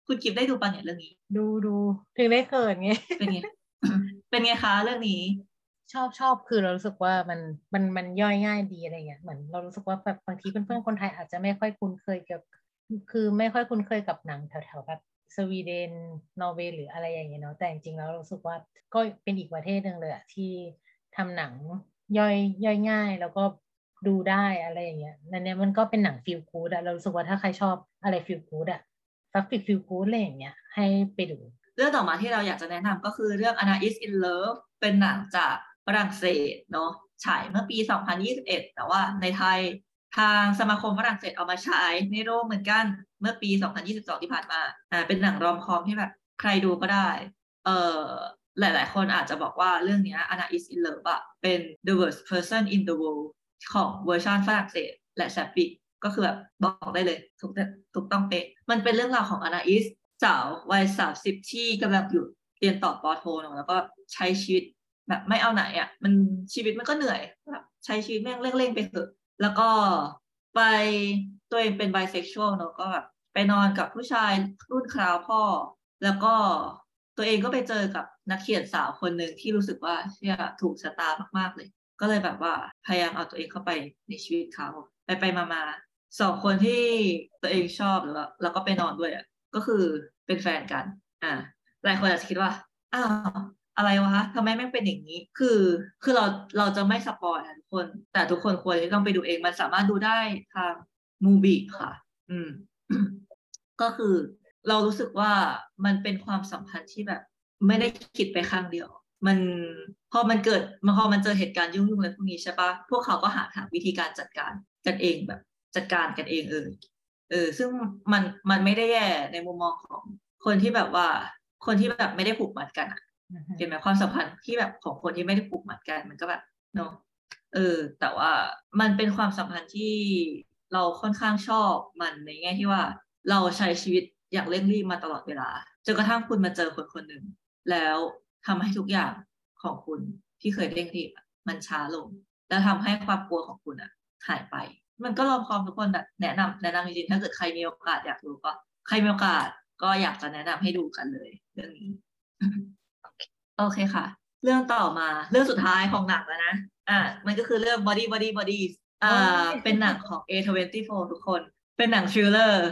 คุณกิฟต์ได้ดูปะเนี่ยเรื่องนี้ดูถึงได้เกิดไงเป็นไง เป็นไงคะเรื่องนี้ชอบคือเรารู้สึกว่ามันย่อยง่ายดีอะไรเงี้ยเหมือนเรารู้สึกว่าแบบบางทีเพื่อนๆคนไทยอาจจะไม่ค่อยคุ้นเคยกับคือไม่ค่อยคุ้นเคยกับหนังแถวๆแบบสวีเดนนอร์เวย์หรืออะไรอย่างเงี้ยเนาะแต่จริงๆแล้วรู้สึกว่าก็เป็นอีกประเทศหนึ่งเลยอะที่ทำหนังย่อยง่ายแล้วก็ดูได้อะไรอย่างเงี้ยนั่นเนี่ยมันก็เป็นหนังฟีลกู๊ดอะเรารู้สึกว่าถ้าใครชอบอะไรฟีลกู๊ดอะซัฟฟิกฟีลกู๊ดอะไรอย่างเงี้ยให้ไปดูเรื่องต่อมาที่เราอยากจะแนะนำก็คือเรื่อง Anna is in Love เป็นหนังจากฝรั่งเศสเนาะฉายเมื่อปี 2021 แต่ว่าในไทยทางสมาคมฝรั่งเศสเอามาฉายในโรงเหมือนกันเมื่อปี 2022 ที่ผ่านมาเป็นหนังรอมคอมที่แบบใครดูก็ได้เอ่อหลายๆคนอาจจะบอกว่าเรื่องนี้ Anna is in Love อะเป็น the worst person in the world ของเวอร์ชันฝรั่งเศสและแซปปิกก็คือแบบบอกได้เลยถูกต้องเป๊ะมันเป็นเรื่องราวของ Anna isสาววัย30ที่กำลังอยู่เรียนต่อปอโทเนอะแล้วก็ใช้ชีวิตแบบไม่เอาไหนอ่ะมันชีวิตมันก็เหนื่อยแบบใช้ชีวิตแม่งเร่งๆไปเถอะแล้วก็ไปตัวเองเป็นไบเซ็กชวลเนอะก็แบบไปนอนกับผู้ชายรุ่นคราวพ่อแล้วก็ตัวเองก็ไปเจอกับนักเขียนสาวคนหนึ่งที่รู้สึกว่าเชื่อถูกชะตามากๆเลยก็เลยแบบว่าพยายามเอาตัวเองเข้าไปในชีวิตเขาไปมาสองคนที่ตัวเองชอบแล้วก็ไปนอนด้วยอ่ะก็คือเป็นแฟนกันหลายคนอาจจะคิดว่าอ้าวอะไรวะทำไมแม่งเป็นอย่างนี้คือเราจะไม่สปอยทุกคนแต่ทุกคนควรจะต้องไปดูเองมันสามารถดูได้ทางมูบีค่ะอืม ก็คือเรารู้สึกว่ามันเป็นความสัมพันธ์ที่แบบไม่ได้คิดไปข้างเดียวมันพอมันเจอเหตุการณ์ยุ่งๆอะไรพวกนี้ใช่ปะพวกเขาก็หาวิธีการจัดการกันเองแบบจัดการกันเองซึ่งมันไม่ได้แย่ในมุมมองของคนที่แบบว่าคนที่แบบไม่ได้ผูกมัดกันอะเห็นไหมความสัมพันธ์ที่แบบของคนที่ไม่ได้ผูกมัดกันมันก็แบบเนาะแต่ว่ามันเป็นความสัมพันธ์ที่เราค่อนข้างชอบมันในแง่ที่ว่าเราใช้ชีวิตอย่างเร่งรีบมาตลอดเวลาจนกระทั่งคุณมาเจอคนหนึ่งแล้วทำให้ทุกอย่างของคุณที่เคยเร่งรีบมันช้าลงแล้วทำให้ความกลัวของคุณหายไปมันก็ลองความทุกคนแบบแนะนำจริงๆถ้าเกิดใครมีโอกาสอยากดูก็ใครมีโอกาสก็อยากจะแนะนำให้ดูกันเลยเรื่องนี้ โอเคค่ะ เรื่องต่อมาเรื่องสุดท้ายของหนังแล้วนะมันก็คือเรื่อง Body เป็นหนังของ A24 ทุกคนเป็นหนังทริลเลอร์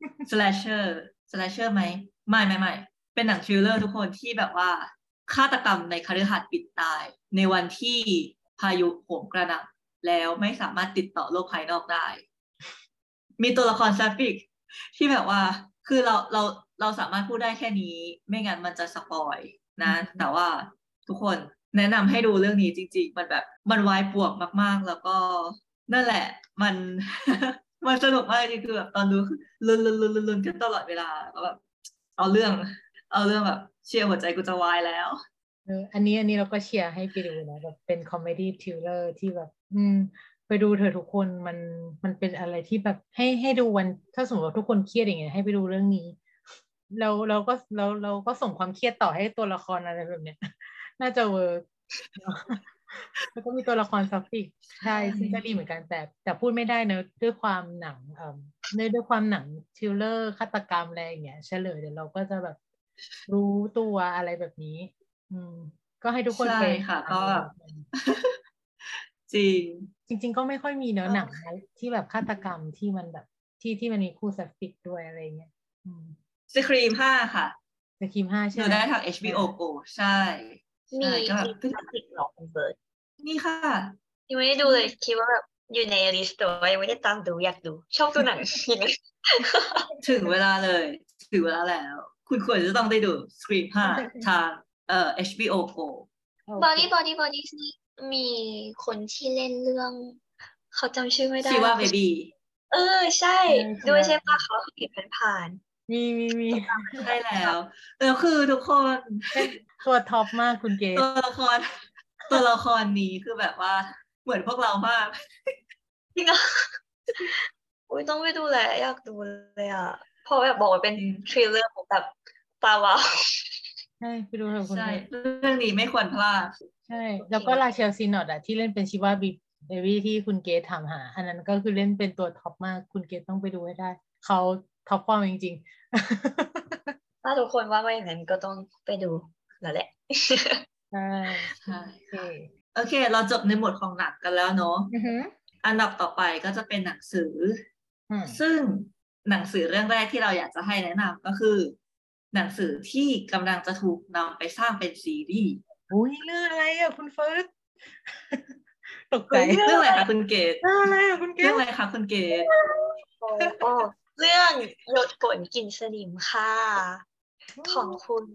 slasher ไหมไม่เป็นหนังทริลเลอร์ทุกคนที่แบบว่าฆาตกรรมในคฤหาสน์ปิดตายในวันที่พายุโหมกระหน่ำแล้วไม่สามารถติดต่อโลกภายนอกได้ มีตัวละครแซฟิกที่แบบว่าคือเราสามารถพูดได้แค่นี้ไม่งั้นมันจะสปอยนะแต่ว่าทุกคนแนะนำให้ดูเรื่องนี้จริงๆมันแบบมันวายป่วงมากๆแล้วก็นั่นแหละมัน มันสนุกมากจริงคือแบบตอนดูลุ้นกันตลอดเวลาก็แบบเอาเรื่องแบบเชียร์หัวใจกูจะวายแล้วอันนี้เราก็เชียร์ให้ไปดูนะแบบเป็นคอมเมดี้ทริลเลอร์ที่แบบไปดูเถอะทุกคนมันเป็นอะไรที่แบบให้ดูวันถ้าสมมติว่าทุกคนเครียดอย่างเงี้ยให้ไปดูเรื่องนี้เราก็ส่งความเครียดต่อให้ตัวละครอะไรแบบเนี้ยน่าจะเวิร์กแล้วก็มีตัวละครซัฟฟิกใช่ซึ่งก็ดีเหมือนกันแต่พูดไม่ได้เนอะด้วยความหนังด้วยความหนังทริลเลอร์ฆาตกรรมอะไรอย่างเงี้ยเฉลยเดี๋ยวเราก็จะแบบรู้ตัวอะไรแบบนี้ก็ให้ทุกคนไปใช่ค่ะก็จริงก็ไม่ค่อยมีเนื้อหนังที่แบบฆาตกรรมที่มันแบบที่มันมีคู่ซัฟฟิกด้วยอะไรเงี้ยสครีม5ค่ะสครีม5ใช่ไหมดูได้ทาง HBO Go ใช่มีก็แบบซัฟฟิกหรอคุณเบิร์ดนี่ค่ะยังไม่ได้ดูเลยคิดว่าแบบอยู่ในลิสต์แต่ว่ายังไม่ได้ตามดูอยากดูชอบดูหนังยังไงถึงเวลาเลยถึงเวลาแล้วคุณควรจะต้องได้ดู Scream 5 ทางHBO Go Body นี่มีคนที่เล่นเรื่องเขาจำชื่อไม่ได้ชื่อว่าเบบี้ใช่ด้วยใช่ปะเขาเห็นผ่านมีใช่แล้วคือทุกคนตัวท็อปมากคุณเกศตัวละครนี้คือแบบว่าเหมือนพวกเรามากจริงอ่ะอุ้ยต้องไปดูแหละอยากดูเลยอ่ะพอแบบบอกว่าเป็นทริลเลอร์ของแบบตาวาวใช่ไปดูเถอะคุณเกศเรื่องนี้ไม่ควรพลาดใช่แล้วก็ราเชลซีนอตที่เล่นเป็นชิวาเบบี้ที่คุณเกศถามหาอันนั้นก็คือเล่นเป็นตัวท็อปมากคุณเกศต้องไปดูให้ได้เขาท็อปฟอร์มจริงถ้าทุกคนว่าอย่างนั้นก็ต้องไปดูแล้วแหละๆใช่ใช่โอเคโอเค เราจบในหมวดของหนังกันแล้วเนาะอือหืออันดับต่อไปก็จะเป็นหนังสือมซึ่งหนังสือเรื่องแรกที่เราอยากจะให้แนะนำก็คือ หนังสือที่กำลังจะถูกนำไปสร้างเป็นซีรีส์อุ้ยเรื่องอะไรอ่ะคุณเฟิร์ส ตกใจเฮ้ยเรื่องอะไรคะคุณเกดเรื่องอะไรอ่ะคุณเกเรื่องศอะไรคะคุณเกดโอ้เรื่องหยดฝนกลิ่นสนิมค่ะ ของคุณ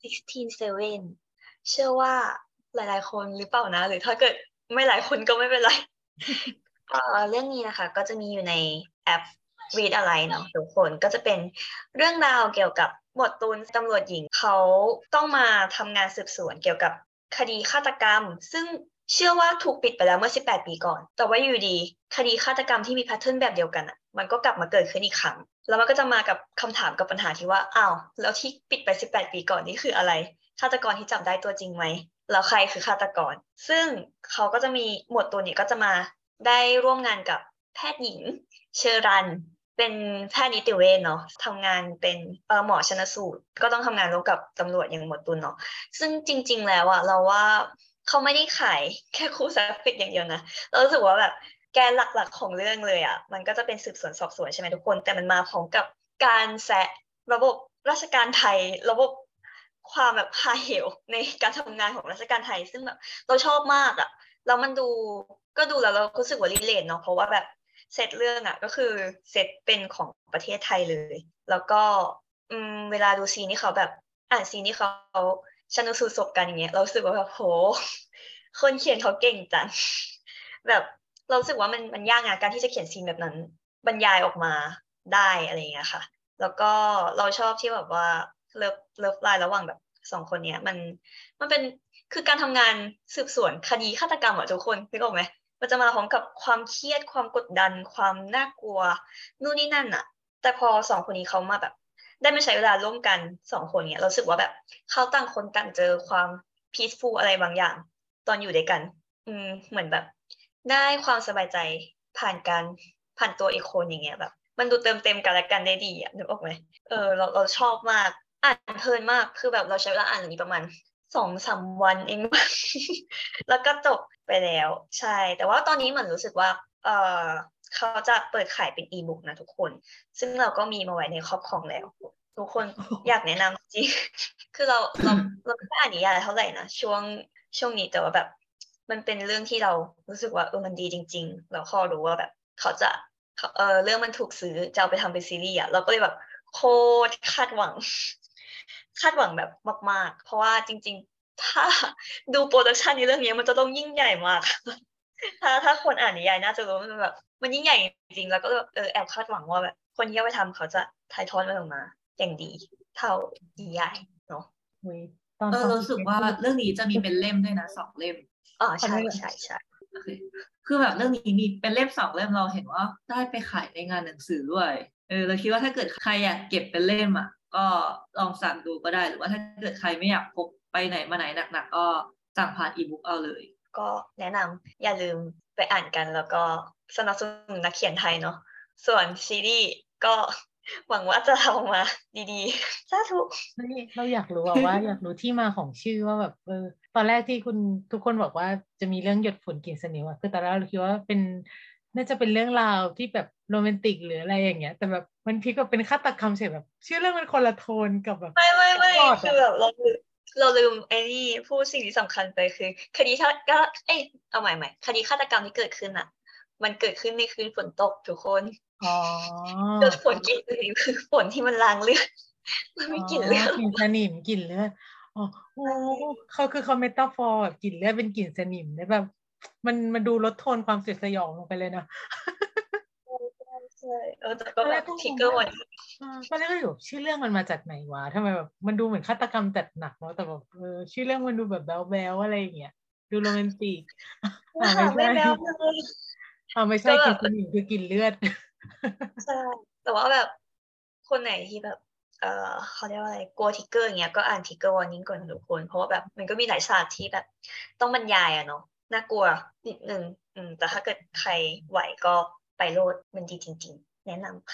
167เชื่อว่าหลายๆคนหรือเปล่านะ หรือถ้าเกิดไม่หลายคนก็ไม่เป็นไร เรื่องนี้นะคะก็จะมีอยู่ในแอป Read อะไรเนาะทุกคนก็จะเป็นเรื่องราวเกี่ยวกับหมวดตูนตำรวจหญิงเขาต้องมาทำงานสืบสวนเกี่ยวกับคดีฆาตกรรม ซึ่งเชื่อว่าถูกปิดไปแล้วเมื่อ18 ปีก่อน แต่ว่าอยู่ดีคดีฆาตกรรมที่มีแพทเทิร์นแบบเดียวกันอ่ะมันก็กลับมาเกิดขึ้นอีกครั้ง แล้วมันก็จะมากับคำถามกับปัญหาที่ว่าอ้าวแล้วที่ปิดไป18 ปีก่อนนี่คืออะไรฆาตกรที่จับได้ตัวจริงไหมแล้วใครคือฆาตกรซึ่งเขาก็จะมีหมวดตูนเนี่ยก็จะมาได้ร่วมงานกับแพทย์หญิงเชอรันเป็นแพทย์นิติเวชเนาะทำงานเป็นหมอชันสูตรก็ต้องทำงานร่วมกับตำรวจอย่างหมวดตูนเนาะซึ่งจริงๆแล้วอะเราว่าเขาไม่ได้ขายแค่คู่แซฟิกอย่างเดียวนะเรารู้สึกว่าแบบแกนหลักๆของเรื่องเลยอะมันก็จะเป็นสืบสวนสอบสวนใช่ไหมทุกคนแต่มันมาพร้อมกับการแซะระบบราชการไทยระบบความแบบไฮเฮลในการทำงานของราชการไทยซึ่งแบบเราชอบมากอะแล้วมันดูก็ดูแล้วเรารู้สึกว่ารีเลทเนาะเพราะว่าแบบเซตเรื่องอะก็คือเซตเป็นของประเทศไทยเลยแล้วก็เวลาดูซีนที่เขาแบบอ่านซีนที่เขาชันสูตรศพกันอย่างเงี้ยเรารู้สึกว่าแบบโหคนเขียนเขาเก่งจัง แบบเรารู้สึกว่ามันยากนะการที่จะเขียนซีนแบบนั้นบรรยายออกมาได้อะไรอย่างเงี้ยค่ะ แล้วก็เราชอบที่แบบว่าเลิฟไลน์ระหว่างแบบสองคนเนี้ยมันเป็นคือการทำงานสืบสวนคดีฆาตกรรมอ่ะทุกคนนึกออกไหมมันจะมาพร้อมกับความเครียดความกดดันความน่ากลัวนู่นนี่นั่นอ่ะ แต่พอสองคนนี้เขามาแบบ ได้มาใช้เวลาร่วมกันสองคนเนี้ยเราสึกว่าแบบเขาต่างคนต่างเจอความ peaceful อะไรบางอย่าง ตอนอยู่ด้วยกันเหมือนแบบได้ความสบายใจผ่านตัวอีกคนอย่างเงี้ยแบบมันดูเติมเต็มกันและกันได้ดีอ่ะนึกออกไหมเราชอบมากอ่านเพลินมากคือแบบเราใช้เวลาอ่านอย่างนี้ประมาณ2-3 วันเอง แล้วก็จบไปแล้วใช่แต่ว่าตอนนี้เหมือนรู้สึกว่าเออเขาจะเปิดขายเป็นอีบุ๊กนะทุกคนซึ่งเราก็มีมาไว้ในครอบครองแล้ว ทุกคนอยากแนะนำจริง คือเราไม่ได้อ่านนิยายเท่าไหร่นะช่วงนี้แต่ว่าแบบมันเป็นเรื่องที่เรารู้สึกว่ามันดีจริงๆแล้วพอรู้ว่าแบบเขาจะเรื่องมันถูกซื้อจะเอาไปทำเป็นซีรีส์อ่ะเราก็เลยแบบโคตรคาดหวัง คาดหวังแบบมากๆเพราะว่าจริงๆถ้าดูโปรดักชันในเรื่องนี้มันจะต้องยิ่งใหญ่มาก ถ้าคนอ่านนิยายน่าจะรู้มันแบบมันยิ่งใหญ่จริงๆแล้วก็แอบคาดหวังว่าแบบคนที่เอาไปทำเขาจะถ่ายทอดมันออกมาอย่างดีเท่านิยายเนาะอุ๊ยตอนฟังรู้สึกว่าเรื่องนี้จะมีเป็นเล่มด้วยนะ2 เล่มใช่โอเคคือแบบเรื่องนี้มีเป็นเล่ม2 เล่มเราเห็นว่าได้ไปขายในงานหนังสือด้วยเราคิดว่าถ้าเกิดใครอยากเก็บเป็นเล่มอ่ะก็ลองสั่งดูก็ได้หรือว่าถ้าเกิดใครไม่อยากพกไปไหนมาไหนหนักๆก็สั่งผ่านอีบุ๊กเอาเลยก็แนะนำอย่าลืมไปอ่านกันแล้วก็สนับสนุนนักเขียนไทยเนาะส่วนซีรีส์ก็หวังว่าจะทำออกมาดีๆสาธุเราอยากรู้ว่าอยากรู้ที่มาของชื่อว่าแบบตอนแรกที่คุณทุกคนบอกว่าจะมีเรื่องหยดฝนกลิ่นสนิมอะคือตอนแรกเราคิดว่าน่าจะเป็นเรื่องราวที่แบบโรแมนติกหรืออะไรอย่างเงี้ยแต่แบบมันพลิกกับเป็นฆาตกรรมเฉยแบบชื่อเรื่องมันคนละโทนกับแบบไม่พล็อตคืออะแบบเราลืมไอ้นี่พูดสิ่งที่สำคัญไปคือคดีฆาตก็เอาใหม่คดีฆาตกรรมที่เกิดขึ้นอ่ะ มันเกิดขึ้นในคืนฝนตกทุกคนอ๋อโดยฝนกลิ่นอื่นคือฝนที่มันล้างเลือดมันไม่กลิ่นเลือดกลิ่นสนิมกลิ่นเลือดอ๋อโอ้เขาเมตาฟอร์แบบกลิ่นเลือดเป็นกลิ่นสนิมได้แบบมันดูลดโทนความสยดสยองลงไปเลยนะใช่แต่ก็แบบทิกเกอร์วันตอนแรกก็อยู่ชื่อเรื่องมันมาจากไหนวะทำไมแบบมันดูเหมือนฆาตกรรมจัดหนักเนาะแต่แบบชื่อเรื่องมันดูแบบแบ๊วๆอะไรอย่างเงี้ยดูโรแมนติกไม่ใช่ไม่แบ๊วเลยไม่ใช่ก็แบบกลิ่นสนิมคือกลิ่นเลือดใช่แต่ว่าแบบคนไหนที่แบบเขาเรียกว่าอะไรกลัวทิกเกอร์อย่างเงี้ยก็อ่านทิกเกอร์วอร์นิ่งก่อนทุกคนเพราะว่าแบบมันก็มีหลายฉากที่แบบต้องบรรยายอะเนาะน่ากลัวนิดนึงแต่ถ้าเกิดใครไหวก็ไปโลดมันดีจริงๆแนะนำค่ะ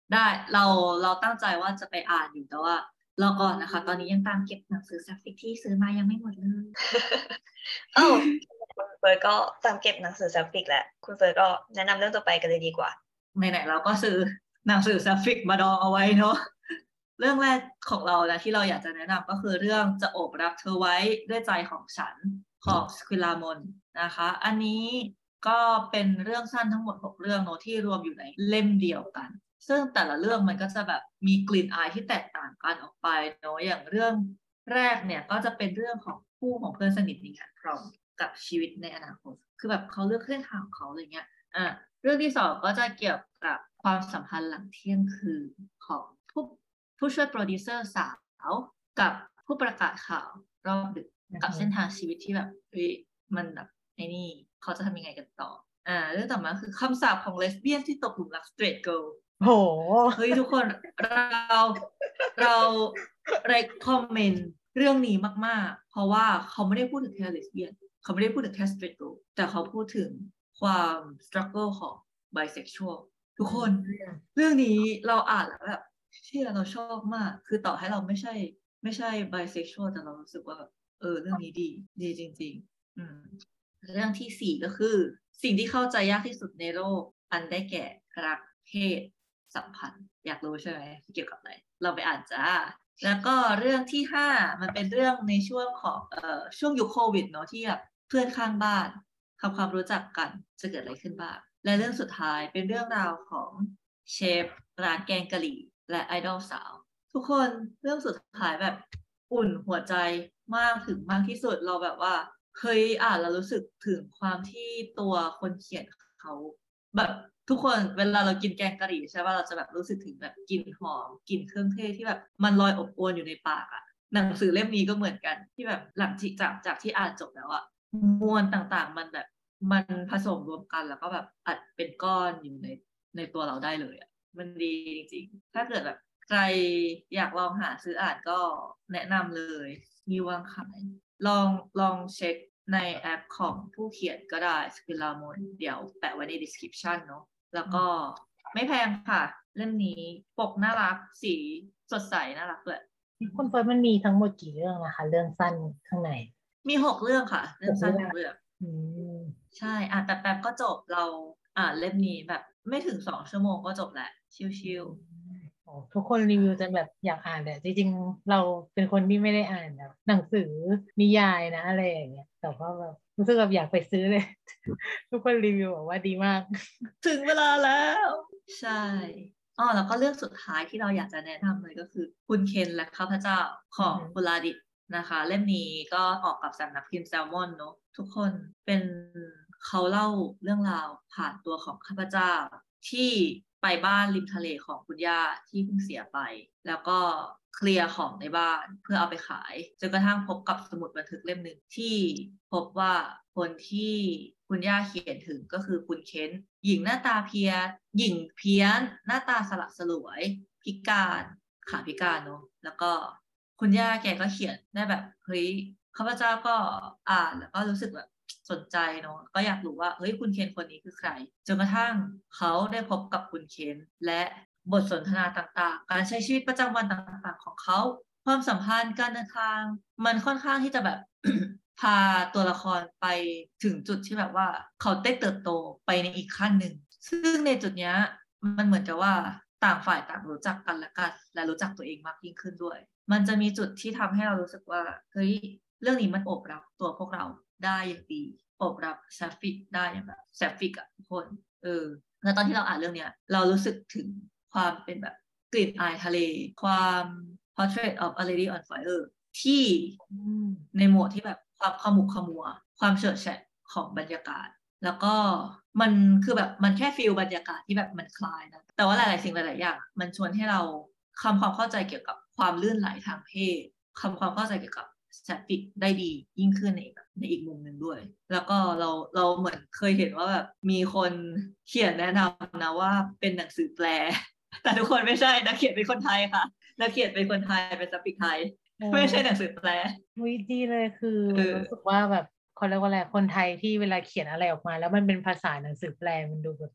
ได้เราตั้งใจว่าจะไปอ่านอยู่แต่ว่ารอก่อนนะคะตอนนี้ยังตามเก็บหนังสือซัฟฟิกที่ซื้อมายังไม่หมดเลยเอ้าคุณเฟิร์สก็ตามเก็บหนังสือแซฟฟิกแล้วคุณเฟิร์สก็แนะนำเรื่องต่อไปกันเลยดีกว่าไหนๆเราก็ซื้อหนังสือซัฟฟิกมาดองเอาไว้เนาะเรื่องแรกของเรานะที่เราอยากจะแนะนำก็คือเรื่องจะโอบรักเธอไว้ด้วยใจของฉันของสควิลามนนะคะอันนี้ก็เป็นเรื่องสั้นทั้งหมด6เรื่องเนาะที่รวมอยู่ในเล่มเดียวกันซึ่งแต่ละเรื่องมันก็จะแบบมีกลิ่นอายที่แตกต่างกันออกไปเนาะอย่างเรื่องแรกเนี่ยก็จะเป็นเรื่องของคู่ของเพื่อนสนิทในงานพรอมกับชีวิตในอนาคตคือแบบเขาเลือกเส้นทางของเขาอะไรเงี้ยเรื่องที่สองก็จะเกี่ยวกับความสัมพันธ์หลังเที่ยงคืนของผู้ช่วยโปรดิวเซอร์สาวกับผู้ประกาศข่าวรอบดึกกับเส้นทางชีวิตที่แบบมันแบบไอ้นี่เขาจะทำยังไงกันต่อเรื่องต่อมาคือคำสาปของเลสเบี้ยนที่ตกหลุมรักสเตรทเกิร์ลโหเฮ้ยทุกคนเราคอมเมนต์เรื่องนี้มากๆเพราะว่าเขาไม่ได้พูดถึงแค่เลสเบี้ยนเขาไม่ได้พูดถึงแค่สเตรทเกิร์ลแต่เขาพูดถึงความสตรักเกิลของไบเซ็กชวลทุกคนเรื่องนี้เราอ่านแล้วแบบเชื่อเราชอบมากคือต่อให้เราไม่ใช่ไบเซ็กชวลแต่เรารู้สึกว่าแบบเรื่องนี้ดีจริงๆเรื่องที่สี่ก็คือสิ่งที่เข้าใจยากที่สุดในโลกอันได้แก่รักเพศสัมพันธ์อยากรู้ใช่ไหมเกี่ยวกับอะไรเราไปอ่านจ้าแล้วก็เรื่องที่ห้ามันเป็นเรื่องในช่วงของช่วงยุคโควิดเนาะที่แบบเพื่อนข้างบ้านทำความรู้จักกันจะเกิดอะไรขึ้นบ้างและเรื่องสุดท้ายเป็นเรื่องราวของเชฟร้านแกงกะหรี่และไอดอลสาวทุกคนเรื่องสุดท้ายแบบอุ่นหัวใจมากถึงมากที่สุดเราแบบว่าเคยอ่านแล้วรู้สึกถึงความที่ตัวคนเขียนเขาแบบทุกคนเวลาเรากินแกงกะหรี่ใช่ป่ะเราจะแบบรู้สึกถึงแบบกลิ่นหอมกลิ่นเครื่องเทศที่แบบมันลอยอบอวลอยู่ในปากอะหนังสือเล่มนี้ก็เหมือนกันที่แบบหลังจากที่อ่านจบแล้วอะมวลต่างๆมันแบบมันผสมรวมกันแล้วก็แบบอัดเป็นก้อนอยู่ในตัวเราได้เลยอะมันดีจริงๆถ้าเกิดแบบใครอยากลองหาซื้ออ่านก็แนะนำเลยมีวางขายลองเช็คในแอปของผู้เขียนก็ได้สกิลลามอนเดี๋ยวแปะไว้ใน description เนาะแล้วก็ไม่แพงค่ะเล่มนี้ปกน่ารักสีสดใสน่ารักเลยคุณเฟิร์สมันมีทั้งหมดกี่เรื่องนะคะเรื่องสั้นข้างในมี6เรื่องค่ะเรื่องสั้น6เรื่องใช่อ่านแป๊บๆก็จบเราอ่านเล่มนี้แบบไม่ถึง2 ชั่วโมงก็จบแหละชิวทุกคนรีวิวจนแบบอยากอ่านแต่จริงๆเราเป็นคนที่ไม่ได้อ่านแบบหนังสือนิยายนะอะไรอย่างเงี้ยแต่ว่าแบบรู้สึกแบบอยากไปซื้อเลย ทุกคนรีวิวบอกว่าดีมากถึงเวลาแล้วใช่แล้วก็เรื่องสุดท้ายที่เราอยากจะแนะนำเลยก็คือคุณเคนและข้าพเจ้าของคุณลาดิตนะคะเล่มนี้ก็ออกกับสำนักพิมพ์แซลมอนเนาะทุกคนเป็นเขาเล่าเรื่องราวผ่านตัวของข้าพเจ้าที่ไปบ้านริมทะเลของคุณย่าที่เพิ่งเสียไปแล้วก็เคลียร์ของในบ้านเพื่อเอาไปขายจนกระทั่งพบกับสมุดบันทึกเล่มหนึ่งที่พบว่าคนที่คุณย่าเขียนถึงก็คือคุณเคนหญิงหน้าตาเพี้ยนหญิงเพี้ยนหน้าตาสละสลวยพิการขาพิการเนาะแล้วก็คุณย่าแกก็เขียนได้แบบเฮ้ยข้าพเจ้าก็อ่านแล้วก็รู้สึกแบบสนใจเนาะก็อยากรู้ว่าเฮ้ยคุณเคนคนนี้คือใครจนกระทั่งเขาได้พบกับคุณเคนและบทสนทนาต่างๆการใช้ชีวิตประจำวันต่างๆของเขาความสัมพันธ์การเดินทางมันค่อนข้างที่จะแบบ พาตัวละครไปถึงจุดที่แบบว่าเขาได้เติบโตไปในอีกขั้นหนึ่งซึ่งในจุดเนี้ยมันเหมือนกับว่าต่างฝ่ายต่างรู้จักกันและรู้จักตัวเองมากยิ่งขึ้นด้วยมันจะมีจุดที่ทำให้เรารู้สึกว่าเฮ้ยเรื่องนี้มันโอบรับตัวพวกเราได้อย่างดีโอบรับแซฟฟิกได้อย่างแบบแซฟฟิกอะทุกคนแล้วตอนที่เราอ่านเรื่องเนี้ยเรารู้สึกถึงความเป็นแบบกลิ่นอายทะเลความ Portrait of a Lady on Fire ที่ในโหมดที่แบบความขมุกขมัวความเฉอะแฉะของบรรยากาศแล้วก็มันคือแบบมันแค่ฟีลบรรยากาศที่แบบมันคลายนะแต่ว่าหลายๆสิ่งหลายๆอย่างมันชวนให้เราทำความเข้าใจเกี่ยวกับความลื่นไหลทางเพศทำความเข้าใจเกี่ยวกับสแตติกได้ดียิ่งขึ้นในอีกมุมหนึ่งด้วยแล้วก็เราเหมือนเคยเห็นว่าแบบมีคนเขียนแนะนำนะว่าเป็นหนังสือแปลแต่ทุกคนไม่ใช่นักเขียนเป็นคนไทยค่ะนักเขียนเป็นคนไทยเป็นสปีกไทยไม่ใช่หนังสือแปลวิดีเลยคือรู้สึกว่าแบบเขาเรียกว่าอะไรคนไทยที่เวลาเขียนอะไรออกมาแล้วมันเป็นภาษาหนังสือแปลมันดูแบบ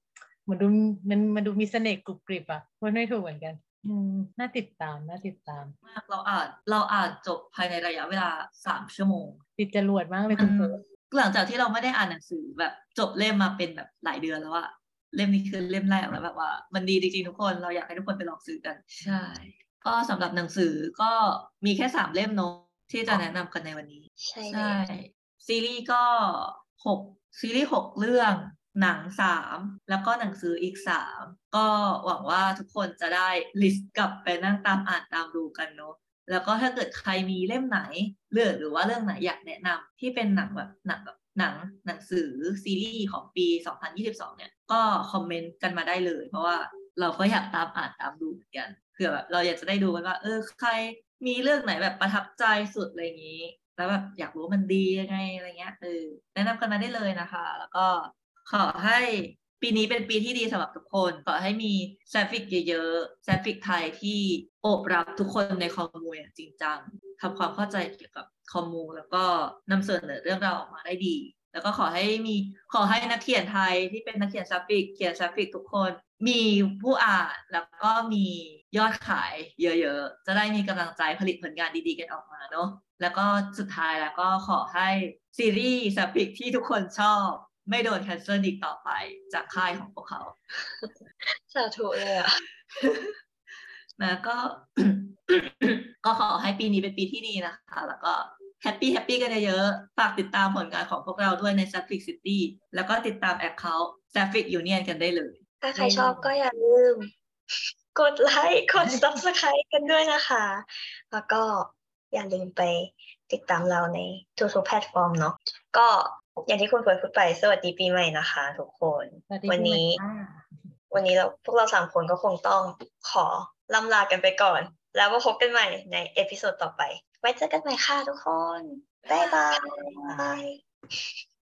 มันดูมันดูมีเสน่ห์กรุบกริบอ่ะพูดไม่ถูกเหมือนกันน่าติดตามมากเราอ่านจบภายในระยะเวลา3 ชั่วโมงติดจรวดมากเลยมัคุนณเฟิร์สหลังจากที่เราไม่ได้อ่านหนังสือแบบจบเล่มมาเป็นแบบหลายเดือนแล้วอะเล่มนี้คือเล่มแรกแล้วแบบว่ามันดีจริงๆทุกคนเราอยากให้ทุกคนไปลองซื้อกันใช่ก็สำหรับหนังสือก็มีแค่3 เล่มเนอะที่จะแนะนำกันในวันนี้ใช่ใช่ซีรีส์ก็ซีรีส์6 เรื่องหนัง3แล้วก็หนังสืออีก3ก็หวังว่าทุกคนจะได้ลิสต์กลับไปนั่งตามอ่านตามดูกันเนอะแล้วก็ถ้าเกิดใครมีเล่มไหนหรือว่าเรื่องไหนอยากแนะนำที่เป็นหนังหนังสือซีรีส์ของปี 2022 เนี่ยก็คอมเมนต์กันมาได้เลยเพราะว่าเราก็อยากตามอ่านตามดูเหมือนกันเผื่อแบบเราอยากจะได้ดูกันว่าใครมีเรื่องไหนแบบประทับใจสุดอะไรอย่างนี้แล้วแบบอยากรู้ว่ามันดียังไงอะไรเงี้ยแนะนำกันมาได้เลยนะคะแล้วก็ขอให้ปีนี้เป็นปีที่ดีสำหรับทุกคนขอให้มีแซฟิกเยอะๆแซฟิกไทยที่โอบรับทุกคนในคอมมูอย่างจริงจังทำความเข้าใจเกี่ยวกับคอมมูแล้วก็นำเสนอเรื่องราวออกมาได้ดีแล้วก็ขอให้นักเขียนไทยที่เป็นนักเขียนแซฟิกเขียนแซฟิกทุกคนมีผู้อ่านแล้วก็มียอดขายเยอะๆจะได้มีกำลังใจผลิตผลงานดีๆกันออกมาเนาะแล้วก็สุดท้ายแล้วก็ขอให้ซีรีส์แซฟิกที่ทุกคนชอบไม่โดนแคนเซิลอีกต่อไปจากค่ายของพวกเขาสาธุเลยอ่ะนะก็ ก็ขอให้ปีนี้เป็นปีที่ดีนะคะแล้วก็แฮปปี้กันเยอะๆฝากติดตามผลงานของพวกเราด้วยใน Sapphic City แล้วก็ติดตาม Account Sapphic Union กันได้เลยถ้าใครชอบก็อย่าลืมกดไลค์กด Subscribe กันด้วยนะคะ แล้วก็อย่าลืมไปติดตามเราในทุกๆแพลตฟอร์มเนาะก็อย่างที่คุณเฟิร์นพูดไปสวัสดีปีใหม่นะคะทุกคนวันนี้พวกเรา3 คนก็คงต้องขอล่ำลากันไปก่อนแล้วมาพบกันใหม่ในเอพิโซดต่อไปไว้เจอกันใหม่ค่ะทุกคนบ๊ายบาย